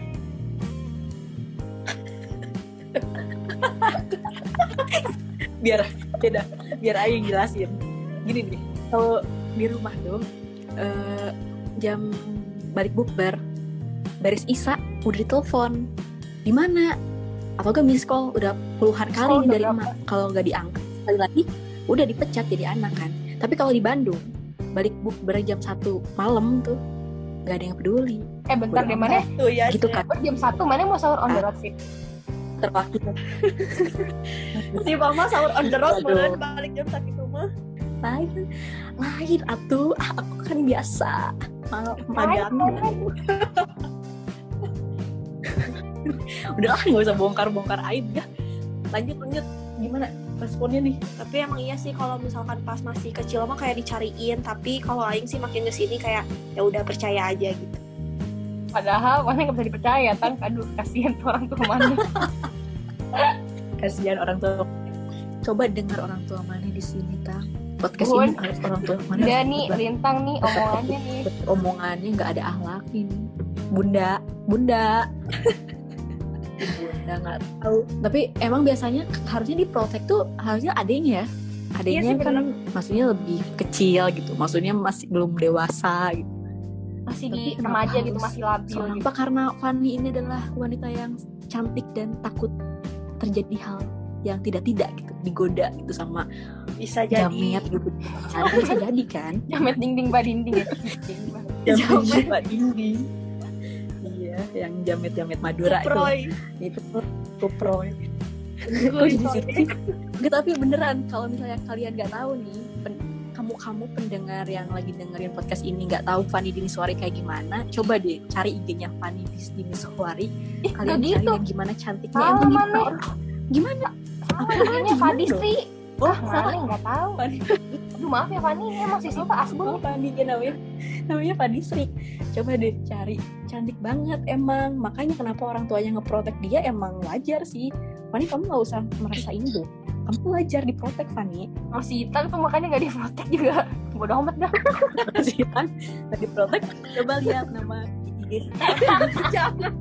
[SPEAKER 3] biar beda biar Aing jelasin gini nih, kalau di rumah tuh uh, jam balik bukber, baris Isa udah ditelepon, di mana? Atau gak miss call udah puluhan
[SPEAKER 4] Miss
[SPEAKER 3] kali
[SPEAKER 4] call
[SPEAKER 3] nih
[SPEAKER 4] udah
[SPEAKER 3] dari
[SPEAKER 4] berapa?
[SPEAKER 3] emak. Kalau nggak diangkat sekali lagi, udah dipecat jadi anak kan. Tapi kalau di Bandung balik bukber jam satu malam tuh nggak ada yang peduli.
[SPEAKER 4] Eh bentar deh, mana
[SPEAKER 5] Tuh ya.
[SPEAKER 3] Gitu
[SPEAKER 5] Cek.
[SPEAKER 3] kan.
[SPEAKER 4] Ber jam satu mana mau sahur on the road sih?
[SPEAKER 3] Terwakil.
[SPEAKER 5] Si mama sahur on the road,
[SPEAKER 3] Aduh.
[SPEAKER 5] beneran balik jam sakit rumah.
[SPEAKER 3] Lain, lain atuh. Ah, aku kan biasa. Mal- Magang. Udah lah, nggak usah bongkar-bongkar aib ya. Lanjut lanjut. Gimana responnya nih?
[SPEAKER 5] Tapi emang iya sih kalau misalkan pas masih kecil mah kayak dicariin, tapi kalau aing sih makin kesini kayak ya udah percaya aja gitu.
[SPEAKER 4] Padahal mana nggak bisa dipercaya, Tang. Aduh, kasihan tuh orang tua mana.
[SPEAKER 3] Kasihan orang tua. Coba dengar orang tua mana di sini, Tang. Podcast
[SPEAKER 4] Bun.
[SPEAKER 3] ini harus orang tua mana.
[SPEAKER 4] Udah nih, Lintang nih omongannya nih.
[SPEAKER 3] Omongannya nggak ada akhlak ini. Bunda, bunda. Bunda nggak tahu. Tapi emang biasanya harusnya diprotek tuh harusnya adenya ya. Adenya
[SPEAKER 4] Iya sih,
[SPEAKER 3] kan maksudnya lebih kecil gitu. Maksudnya masih belum dewasa gitu.
[SPEAKER 4] Masih
[SPEAKER 3] Tapi
[SPEAKER 4] di
[SPEAKER 3] kenapa
[SPEAKER 4] remaja gitu,
[SPEAKER 3] harus-
[SPEAKER 4] masih labil
[SPEAKER 3] Kenapa?
[SPEAKER 4] gitu.
[SPEAKER 3] Karena Fanny ini adalah wanita yang cantik dan takut terjadi hal yang tidak-tidak gitu, digoda gitu sama
[SPEAKER 5] Bisa jadi.
[SPEAKER 3] jamet gitu. Nah, bisa jadi kan?
[SPEAKER 4] Jamet dinding ba dinding ya.
[SPEAKER 3] Jamet Pak Dinding. Iya, yang jamet-jamet Madura
[SPEAKER 5] Proy.
[SPEAKER 3] itu. Itu kuproy. Kok jadi sih? Nggak, tapi beneran kalau misalnya kalian nggak tahu nih, pen- kamu-kamu pendengar yang lagi dengerin podcast ini nggak tahu Fanny Diniswari kayak gimana, coba deh cari I G-nya Fanny Diniswari. Kalian
[SPEAKER 4] nggak
[SPEAKER 3] cari
[SPEAKER 4] gitu.
[SPEAKER 3] yang gimana cantiknya.
[SPEAKER 4] Salah,
[SPEAKER 3] Emang
[SPEAKER 4] Mane.
[SPEAKER 3] gimana? Gimana?
[SPEAKER 4] Apa
[SPEAKER 3] Apaan?
[SPEAKER 4] namanya
[SPEAKER 3] Gimana
[SPEAKER 4] Fadi
[SPEAKER 3] dong?
[SPEAKER 4] Sri?
[SPEAKER 3] Oh,
[SPEAKER 4] Ah,
[SPEAKER 3] salah.
[SPEAKER 4] mana nggak tahu.
[SPEAKER 3] Fanny.
[SPEAKER 4] Aduh maaf ya Fani, ini emang sisi Pak Asbun.
[SPEAKER 3] Oh, Fanny dia namanya. Namanya Fanny Sri. Coba deh cari, cantik banget emang. Makanya kenapa orang tuanya ngeprotek dia emang wajar sih. Fanny, kamu nggak usah merasa ini dong. Kamu wajar diprotek, Fanny.
[SPEAKER 4] Masih hitam tuh makanya nggak diprotek juga. Bodoh amat dah.
[SPEAKER 3] Masih kan nggak diprotek. Coba lihat nama I G. Jangan.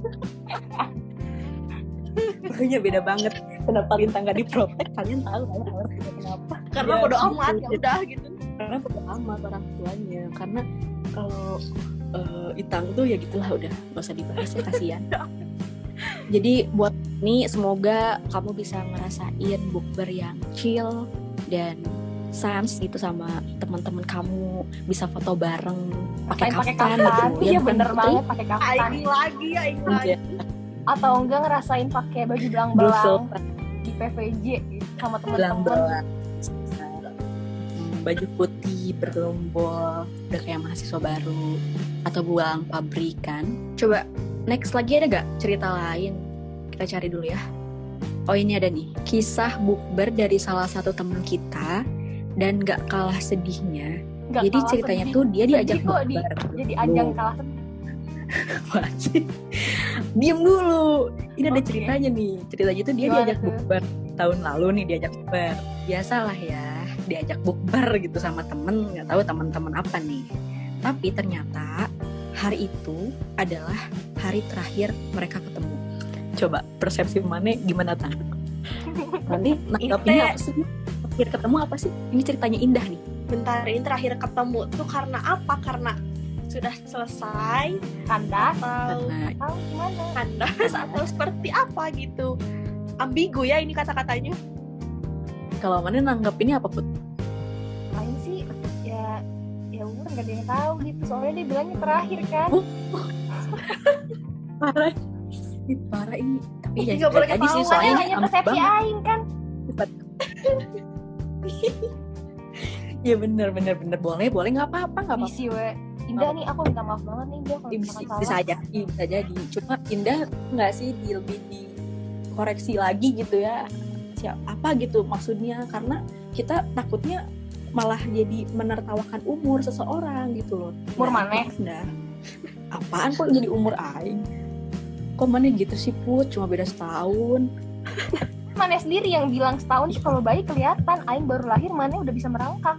[SPEAKER 3] Pokoknya beda banget. Kenapa Lintang nggak diprotek? Kalian tahu kan alasannya kenapa?
[SPEAKER 5] Karena
[SPEAKER 3] Ya,
[SPEAKER 5] bodo
[SPEAKER 3] gitu.
[SPEAKER 5] amat ya udah gitu.
[SPEAKER 3] Karena bodo amat orang tuanya. Karena kalau eh, Itang tuh ya gitulah, udah nggak usah dibahas ya, kasihan. Jadi buat ini semoga kamu bisa ngerasain bukber yang chill dan sans gitu sama teman-teman kamu, bisa foto bareng pakai
[SPEAKER 4] Pakai
[SPEAKER 3] kaftan,
[SPEAKER 4] kaftan.
[SPEAKER 3] gitu.
[SPEAKER 4] Iya
[SPEAKER 3] Ya, bukan
[SPEAKER 4] bener
[SPEAKER 3] putri?
[SPEAKER 4] banget pakai kaftan.
[SPEAKER 5] Aing lagi, aing lagi.
[SPEAKER 3] Iya.
[SPEAKER 4] Atau enggak ngerasain pakai baju
[SPEAKER 3] Blue
[SPEAKER 4] belang-belang
[SPEAKER 3] Sultan,
[SPEAKER 4] di P V J gitu, sama teman-teman.
[SPEAKER 3] belang-belang. Hmm, baju putih bergelombol, udah kayak mahasiswa baru atau buang pabrikan. Coba next lagi ada gak cerita lain? Kita cari dulu ya. Oh, ini ada nih, kisah bukber dari salah satu temen kita dan gak kalah sedihnya.
[SPEAKER 4] Nggak
[SPEAKER 3] Jadi
[SPEAKER 4] kalah
[SPEAKER 3] ceritanya
[SPEAKER 4] sedih.
[SPEAKER 3] tuh dia diajak
[SPEAKER 4] Sedih kok di-
[SPEAKER 3] bukber.
[SPEAKER 4] Jadi ajang
[SPEAKER 3] Loh,
[SPEAKER 4] kalah sedih.
[SPEAKER 3] apaan sih? Diem dulu. Ini ada
[SPEAKER 4] Oke.
[SPEAKER 3] ceritanya nih. Ceritanya tuh dia
[SPEAKER 4] Gimana
[SPEAKER 3] diajak
[SPEAKER 4] tuh?
[SPEAKER 3] bukber tahun lalu nih, diajak bukber. Biasalah ya, diajak bukber gitu sama temen, nggak tahu teman-teman apa nih. Tapi ternyata hari itu adalah hari terakhir mereka ketemu. Coba persepsi mana gimana, Tan? Nanti nanggapinnya apa sih? Terakhir ketemu apa sih? Ini ceritanya indah nih.
[SPEAKER 5] Bentar, ini terakhir ketemu tuh karena apa? Karena sudah selesai
[SPEAKER 4] Kandas
[SPEAKER 5] atau
[SPEAKER 3] Karena
[SPEAKER 4] atau gimana?
[SPEAKER 5] kandas atau seperti apa gitu. Ambigu ya ini kata-katanya.
[SPEAKER 3] kalau mana nanggapinnya apa, Put?
[SPEAKER 4] Lain sih ya ya udah nggak ada yang tahu gitu. Soalnya dia bilangnya terakhir kan.
[SPEAKER 3] Parah. Ini parah ini. Tapi ya
[SPEAKER 5] Nggak boleh
[SPEAKER 3] jadi sih
[SPEAKER 5] ketahuan,
[SPEAKER 3] soalnya
[SPEAKER 4] Soalnya hanya
[SPEAKER 3] amat
[SPEAKER 4] persepsi
[SPEAKER 3] banget.
[SPEAKER 4] aing kan.
[SPEAKER 3] Iya bener bener bener boleh boleh nggak apa-apa nggak apa-apa.
[SPEAKER 4] Bisi we. Indah nih, aku minta maaf banget nih Indah kalau
[SPEAKER 3] bisa,
[SPEAKER 4] misalkan
[SPEAKER 3] bisa
[SPEAKER 4] salah.
[SPEAKER 3] aja bisa jadi. Cuma Indah nggak sih di lebih dikoreksi lagi gitu ya, siap apa gitu maksudnya, karena kita takutnya malah jadi menertawakan umur seseorang gitu loh.
[SPEAKER 4] Umur
[SPEAKER 3] Nah,
[SPEAKER 4] maneh?
[SPEAKER 3] maaf, Dah. Apaan kok jadi umur aing? Kok mana gitu sih, Put? Cuma beda setahun.
[SPEAKER 4] Mana sendiri yang bilang setahun sih kalau bayi kelihatan. Aing baru lahir mana udah bisa merangkak.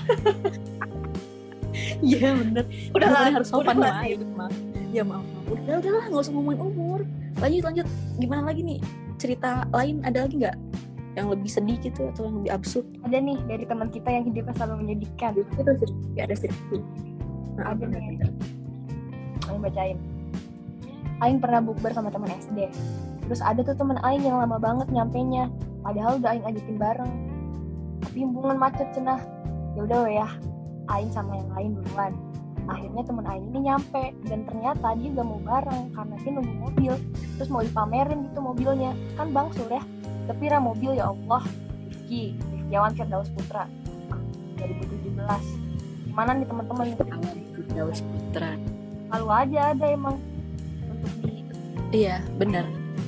[SPEAKER 3] Iya bener.
[SPEAKER 5] Udah
[SPEAKER 3] Makanya
[SPEAKER 5] lah,
[SPEAKER 3] harus sopan
[SPEAKER 5] udah
[SPEAKER 3] lah
[SPEAKER 5] lah,
[SPEAKER 3] gitu, maaf. Ya maaf, maaf. Udah udah lah, nggak usah ngomongin umur. Lanjut lanjut. Gimana lagi nih? Cerita lain ada lagi nggak? Yang lebih sedih gitu atau yang lebih absurd?
[SPEAKER 4] Ada nih dari teman kita yang hidupnya selalu menyedihkan.
[SPEAKER 3] Itu sih, nggak ada sedih.
[SPEAKER 4] Ada nih. Aing bacain. Aing pernah bukber sama teman S D. Terus ada tuh teman Aing yang lama banget nyampenya. Padahal udah Aing ajakin bareng. Tapi hubungan macet cenah. Ya udah we ya. Aing sama yang lain duluan. Akhirnya teman Aing ini nyampe dan ternyata dia gak mau bareng karena dia nunggu mobil. Terus mau dipamerin gitu mobilnya. Kan bangsur ya. Tapi ra mobil ya Allah. Rifki, Rifkiawan Firdaus Putra. dua ribu tujuh belas. Gimana nih teman-teman?
[SPEAKER 3] Firdaus Putra.
[SPEAKER 4] Lalu aja ada emang untuk di.
[SPEAKER 3] Iya, benar.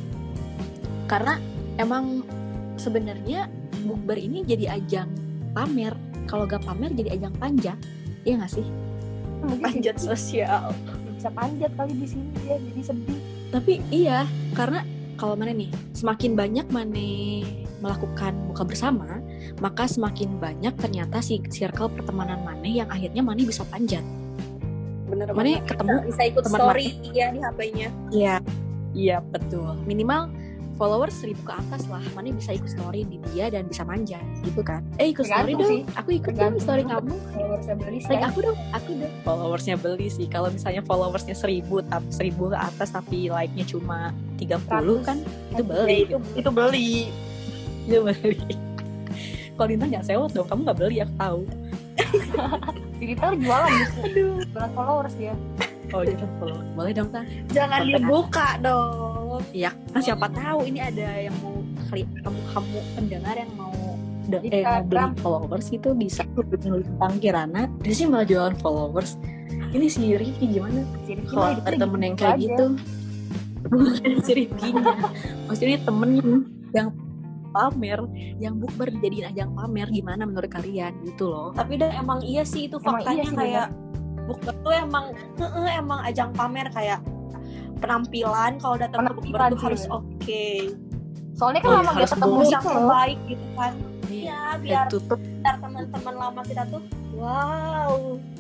[SPEAKER 3] Karena emang sebenarnya bukber ini jadi ajang pamer. Kalau gak pamer jadi ajang panjat. Iya gak sih?
[SPEAKER 4] Mungkin
[SPEAKER 5] Panjat
[SPEAKER 4] sih,
[SPEAKER 5] sosial.
[SPEAKER 4] bisa panjat kali di sini dia jadi sedih.
[SPEAKER 3] Tapi iya, karena kalau mana nih, semakin banyak mana melakukan buka bersama, maka semakin banyak ternyata si circle pertemanan mana yang akhirnya mana bisa panjat.
[SPEAKER 5] Bener
[SPEAKER 3] Mana
[SPEAKER 5] banget.
[SPEAKER 3] ketemu
[SPEAKER 5] bisa, bisa ikut
[SPEAKER 3] teman
[SPEAKER 5] story ya di H P-nya.
[SPEAKER 3] Iya, iya betul. Minimal followers seribu ke atas lah, mana bisa ikut story di dia dan bisa manja gitu kan. Eh ikut story
[SPEAKER 4] Tergantung
[SPEAKER 3] dong,
[SPEAKER 4] sih.
[SPEAKER 3] aku ikut dong
[SPEAKER 4] Tergantung
[SPEAKER 3] story
[SPEAKER 4] juga.
[SPEAKER 3] kamu.
[SPEAKER 4] Followersnya beli sih.
[SPEAKER 3] Like aku dong, aku dong. Followersnya beli sih. Kalau misalnya followersnya seribu, tapi seribu ke atas tapi like-nya cuma tiga puluh kan, itu beli.
[SPEAKER 5] Ya, itu itu beli.
[SPEAKER 3] Itu beli. Kalau Dinta nggak sewot dong, kamu nggak beli, aku tahu.
[SPEAKER 4] Jadi Dita jualan justru. Jualan followers dia.
[SPEAKER 3] Oh gitu, follow. Boleh dong Tan.
[SPEAKER 5] Jangan
[SPEAKER 3] Konten
[SPEAKER 5] dibuka dong.
[SPEAKER 3] Iya, kan siapa tahu ini ada yang mau kali kamu kamu pendengar yang mau de- eh, mau beli
[SPEAKER 4] Instagram.
[SPEAKER 3] followers itu bisa nulis tentang Kirana. Dia sih malah jualan followers. Ini si Rifki gimana?
[SPEAKER 4] Jadi
[SPEAKER 3] Kalau ada temen yang kayak gitu, bukan si Rifkinya. Maksudnya temen yang pamer, yang bukber dijadiin ajang pamer, gimana menurut kalian gitu loh?
[SPEAKER 5] Tapi dah emang iya sih itu
[SPEAKER 4] Emang
[SPEAKER 5] faktanya
[SPEAKER 4] iya sih,
[SPEAKER 5] kayak bukber tuh emang heeh, emang ajang pamer kayak penampilan kalau datang ke bukber
[SPEAKER 4] Penampilan
[SPEAKER 5] tuh
[SPEAKER 4] sih,
[SPEAKER 5] harus
[SPEAKER 4] bener.
[SPEAKER 5] oke.
[SPEAKER 4] Soalnya kan
[SPEAKER 3] Oh,
[SPEAKER 4] lama
[SPEAKER 3] harus
[SPEAKER 4] gak ketemu
[SPEAKER 3] bagus
[SPEAKER 5] Yang
[SPEAKER 4] gitu loh.
[SPEAKER 5] terbaik gitu kan. Iya, biar
[SPEAKER 3] tutup
[SPEAKER 5] biar teman-teman lama kita tuh wow.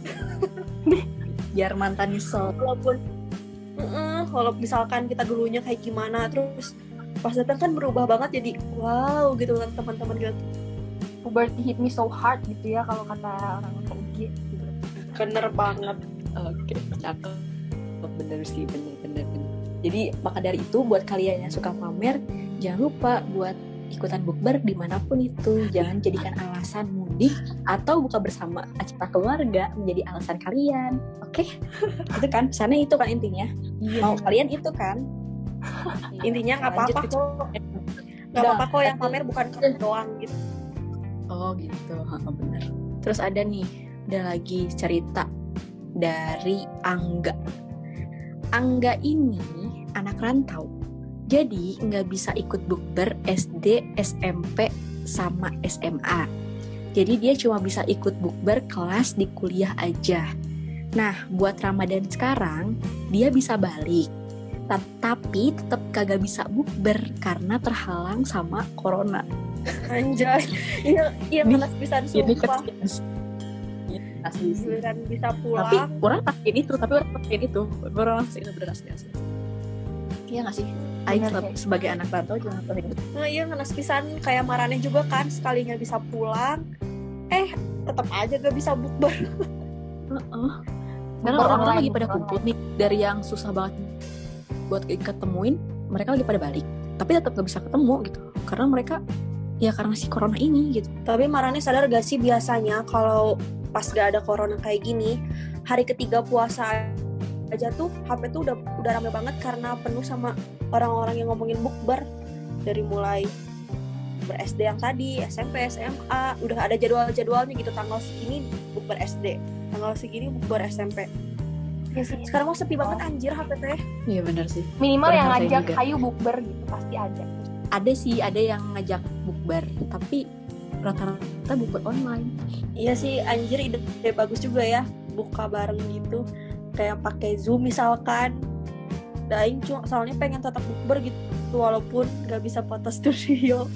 [SPEAKER 3] biar mantan nyesel.
[SPEAKER 5] Walaupun heeh, kalau misalkan kita dulunya kayak gimana terus pas datang kan berubah banget jadi wow gitu kan teman-teman kita.
[SPEAKER 4] Puberty hit me so hard gitu ya kalau kata orang U G gitu.
[SPEAKER 5] Bener banget.
[SPEAKER 3] Oke, cakep. Bener sih, bener, bener, bener. Jadi maka dari itu buat kalian yang suka pamer, jangan lupa buat ikutan bukber dimanapun itu. Jangan jadikan alasan mudik atau buka bersama acara keluarga menjadi alasan kalian. Oke? Itu kan, pesannya itu kan intinya. Mau kalian itu kan.
[SPEAKER 5] Intinya nggak
[SPEAKER 3] Lanjut
[SPEAKER 5] apa-apa
[SPEAKER 3] ke-
[SPEAKER 5] kok. Nggak apa-apa kok yang pamer bukan kamu doang gitu.
[SPEAKER 3] Oh gitu, ha, bener. Terus ada nih, ada lagi cerita dari Angga. Angga ini anak rantau, jadi nggak bisa ikut bukber S D, S M P, sama S M A. Jadi dia cuma bisa ikut bukber kelas di kuliah aja. Nah, buat Ramadan sekarang, dia bisa balik. Tapi tetap kagak bisa bukber karena terhalang sama corona.
[SPEAKER 5] Anjay. Iya, iya
[SPEAKER 3] Ini-
[SPEAKER 5] panas pisan
[SPEAKER 3] Ini
[SPEAKER 5] sumpah.
[SPEAKER 3] kecil. Asli sih.
[SPEAKER 5] Giliran bisa pulang.
[SPEAKER 3] Tapi orang pakein itu, tapi orang pakein itu. Orang asli itu bener asli asli. Iya nggak sih? Aing
[SPEAKER 4] Bener,
[SPEAKER 3] tetap
[SPEAKER 4] Kak.
[SPEAKER 3] sebagai anak rantau jangan pakein itu.
[SPEAKER 5] Nah, iya panas pisan kayak Maraneh juga kan sekalinya bisa pulang. Eh, tetap aja gak bisa bukber.
[SPEAKER 3] Heeh. Karena
[SPEAKER 4] Bukber
[SPEAKER 3] orang-orang
[SPEAKER 4] online,
[SPEAKER 3] lagi pada
[SPEAKER 4] bukber
[SPEAKER 3] kumpul nih dari yang susah banget buat ketemuin, mereka lagi pada balik. Tapi tetap gak bisa ketemu gitu. Karena mereka ya karena si corona ini gitu.
[SPEAKER 5] Tapi Maraneh sadar gak sih biasanya kalau pas gak ada corona kayak gini, hari ketiga puasa aja tuh H P tuh udah udah rame banget karena penuh sama orang-orang yang ngomongin bukber. Dari mulai ber-S D yang tadi, S M P, S M A, udah ada jadwal-jadwalnya gitu, tanggal segini bukber S D, tanggal segini bukber S M P.
[SPEAKER 4] Ya sih.
[SPEAKER 5] Sekarang mau sepi banget anjir H P teh.
[SPEAKER 3] Iya benar sih.
[SPEAKER 4] Minimal
[SPEAKER 3] Pernah
[SPEAKER 4] yang
[SPEAKER 3] ngerasain
[SPEAKER 4] ngajak
[SPEAKER 3] juga.
[SPEAKER 4] hayu bukber gitu pasti ada.
[SPEAKER 3] Ada sih, ada yang ngajak bukber, tapi rata-rata bukber online.
[SPEAKER 5] Iya sih anjir, ide ide bagus juga ya, buka bareng gitu, kayak pakai Zoom misalkan. Daing cuma soalnya pengen tetap bukber gitu walaupun gak bisa foto studio.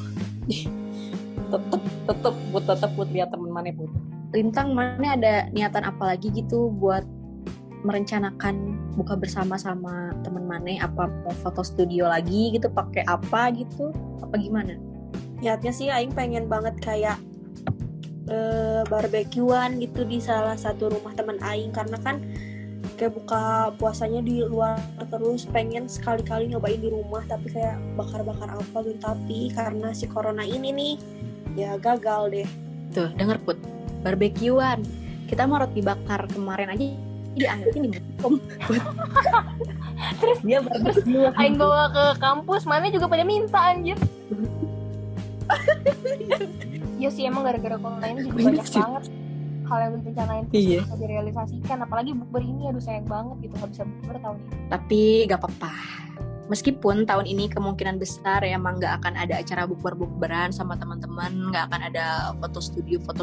[SPEAKER 3] tetep tetep buat tetep buat lihat temen mana pun. Lintang mana ada niatan apa lagi gitu buat merencanakan buka bersama sama temen mana? Apa mau foto studio lagi gitu, pakai apa gitu, apa gimana?
[SPEAKER 5] Niatnya sih Aing pengen banget kayak uh, barbekyuan gitu di salah satu rumah teman aing, karena kan kayak buka puasanya di luar terus, pengen sekali-kali nyobain di rumah tapi kayak bakar-bakar apa gitu, tapi karena si corona ini nih ya gagal deh.
[SPEAKER 3] Tuh denger Put, barbekyuan, kita mau roti bakar kemarin aja diangkatin di bom.
[SPEAKER 4] Terus
[SPEAKER 3] dia barbekyuan
[SPEAKER 4] aing bawa ke kampus, mana juga pada minta anjir. Iya sih, emang gara-gara corona ini juga banyak banget hal yang direncanain terus
[SPEAKER 3] iya.
[SPEAKER 4] bisa direalisasikan, apalagi bukber ini aduh sayang banget gitu nggak bisa bukber tahun ini.
[SPEAKER 3] Tapi gak apa-apa, meskipun tahun ini kemungkinan besar ya emang gak akan ada acara bukber-bukberan sama teman-teman, gak akan ada foto studio foto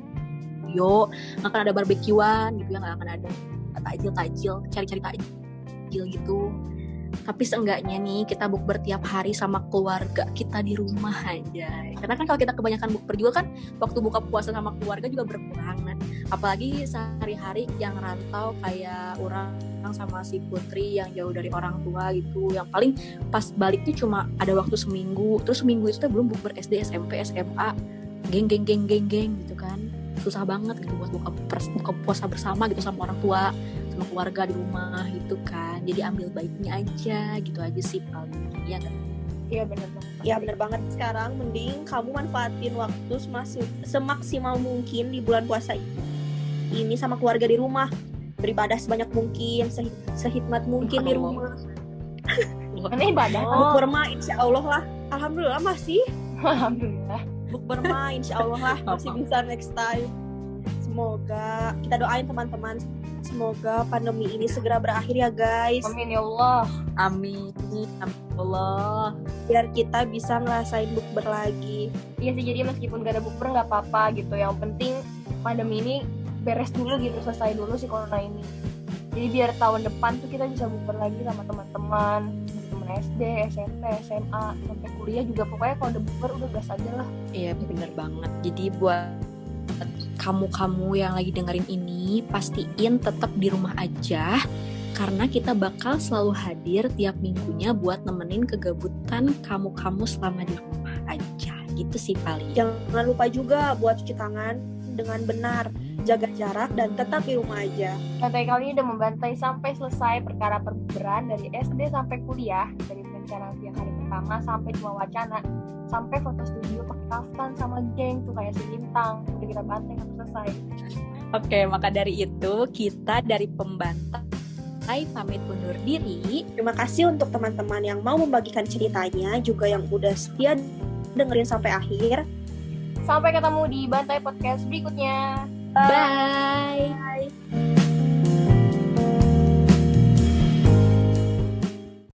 [SPEAKER 3] studio gak akan ada barbekyuan gitu ya, gak akan ada takjil-takjil, cari-cari takjil gitu. Tapi seenggaknya nih kita bukber tiap hari sama keluarga kita di rumah aja. Karena kan kalau kita kebanyakan bukber juga kan waktu buka puasa sama keluarga juga berkurang. Nah, apalagi sehari-hari yang rantau kayak orang sama si Putri yang jauh dari orang tua gitu, yang paling pas balik tuh cuma ada waktu seminggu. Terus seminggu itu tuh belum bukber S D, S M P, S M A, geng geng geng geng geng gitu kan. Susah banget gitu buat buka, buka puasa bersama gitu sama orang tua, sama keluarga di rumah gitu kan. Jadi ambil baiknya aja gitu aja sih paling. Iya kan?
[SPEAKER 4] Iya benar banget.
[SPEAKER 5] Iya benar banget. Sekarang mending kamu manfaatin waktu semasi- semaksimal mungkin di bulan puasa ini sama keluarga di rumah. Beribadah sebanyak mungkin, sehid- sehikmat mungkin di rumah.
[SPEAKER 4] Mana ibadah?
[SPEAKER 5] Bukber mah insya Allah lah. Alhamdulillah masih.
[SPEAKER 4] Alhamdulillah.
[SPEAKER 5] Bukber mah insya Allah lah masih bisa next time. Semoga kita doain teman-teman, semoga pandemi ini segera berakhir ya guys.
[SPEAKER 4] Amin ya Allah.
[SPEAKER 3] Amin. Amin Allah.
[SPEAKER 5] Biar kita bisa ngerasain bukber lagi.
[SPEAKER 4] Iya sih, jadi meskipun gak ada bukber nggak apa-apa gitu. Yang penting pandemi ini beres dulu gitu, selesai dulu si corona ini. Jadi biar tahun depan tuh kita bisa bukber lagi sama teman-teman, teman S D, S M P, S M A, sampai kuliah juga. Pokoknya kalau udah bukber udah gas aja lah.
[SPEAKER 3] Iya bener banget. Jadi buat kamu-kamu yang lagi dengerin ini, pastiin tetap di rumah aja, karena kita bakal selalu hadir tiap minggunya buat nemenin kegabutan kamu-kamu selama di rumah aja. Gitu sih paling.
[SPEAKER 5] Jangan lupa juga buat cuci tangan dengan benar, jaga jarak, dan tetap di rumah aja.
[SPEAKER 4] Bantai kali ini udah membantai sampai selesai perkara perbukberan dari S D sampai kuliah, dari perencanaan tiap hari pertama sampai cuma wacana, sampai foto studio pakai kaftan sama geng tuh kayak si Lintang. Udah kita bantai sampai selesai.
[SPEAKER 3] Oke, maka dari itu kita dari Pembantai pamit undur diri.
[SPEAKER 5] Terima kasih untuk teman-teman yang mau membagikan ceritanya, juga yang udah setia dengerin sampai akhir.
[SPEAKER 4] Sampai ketemu di Bantai Podcast berikutnya.
[SPEAKER 3] Bye.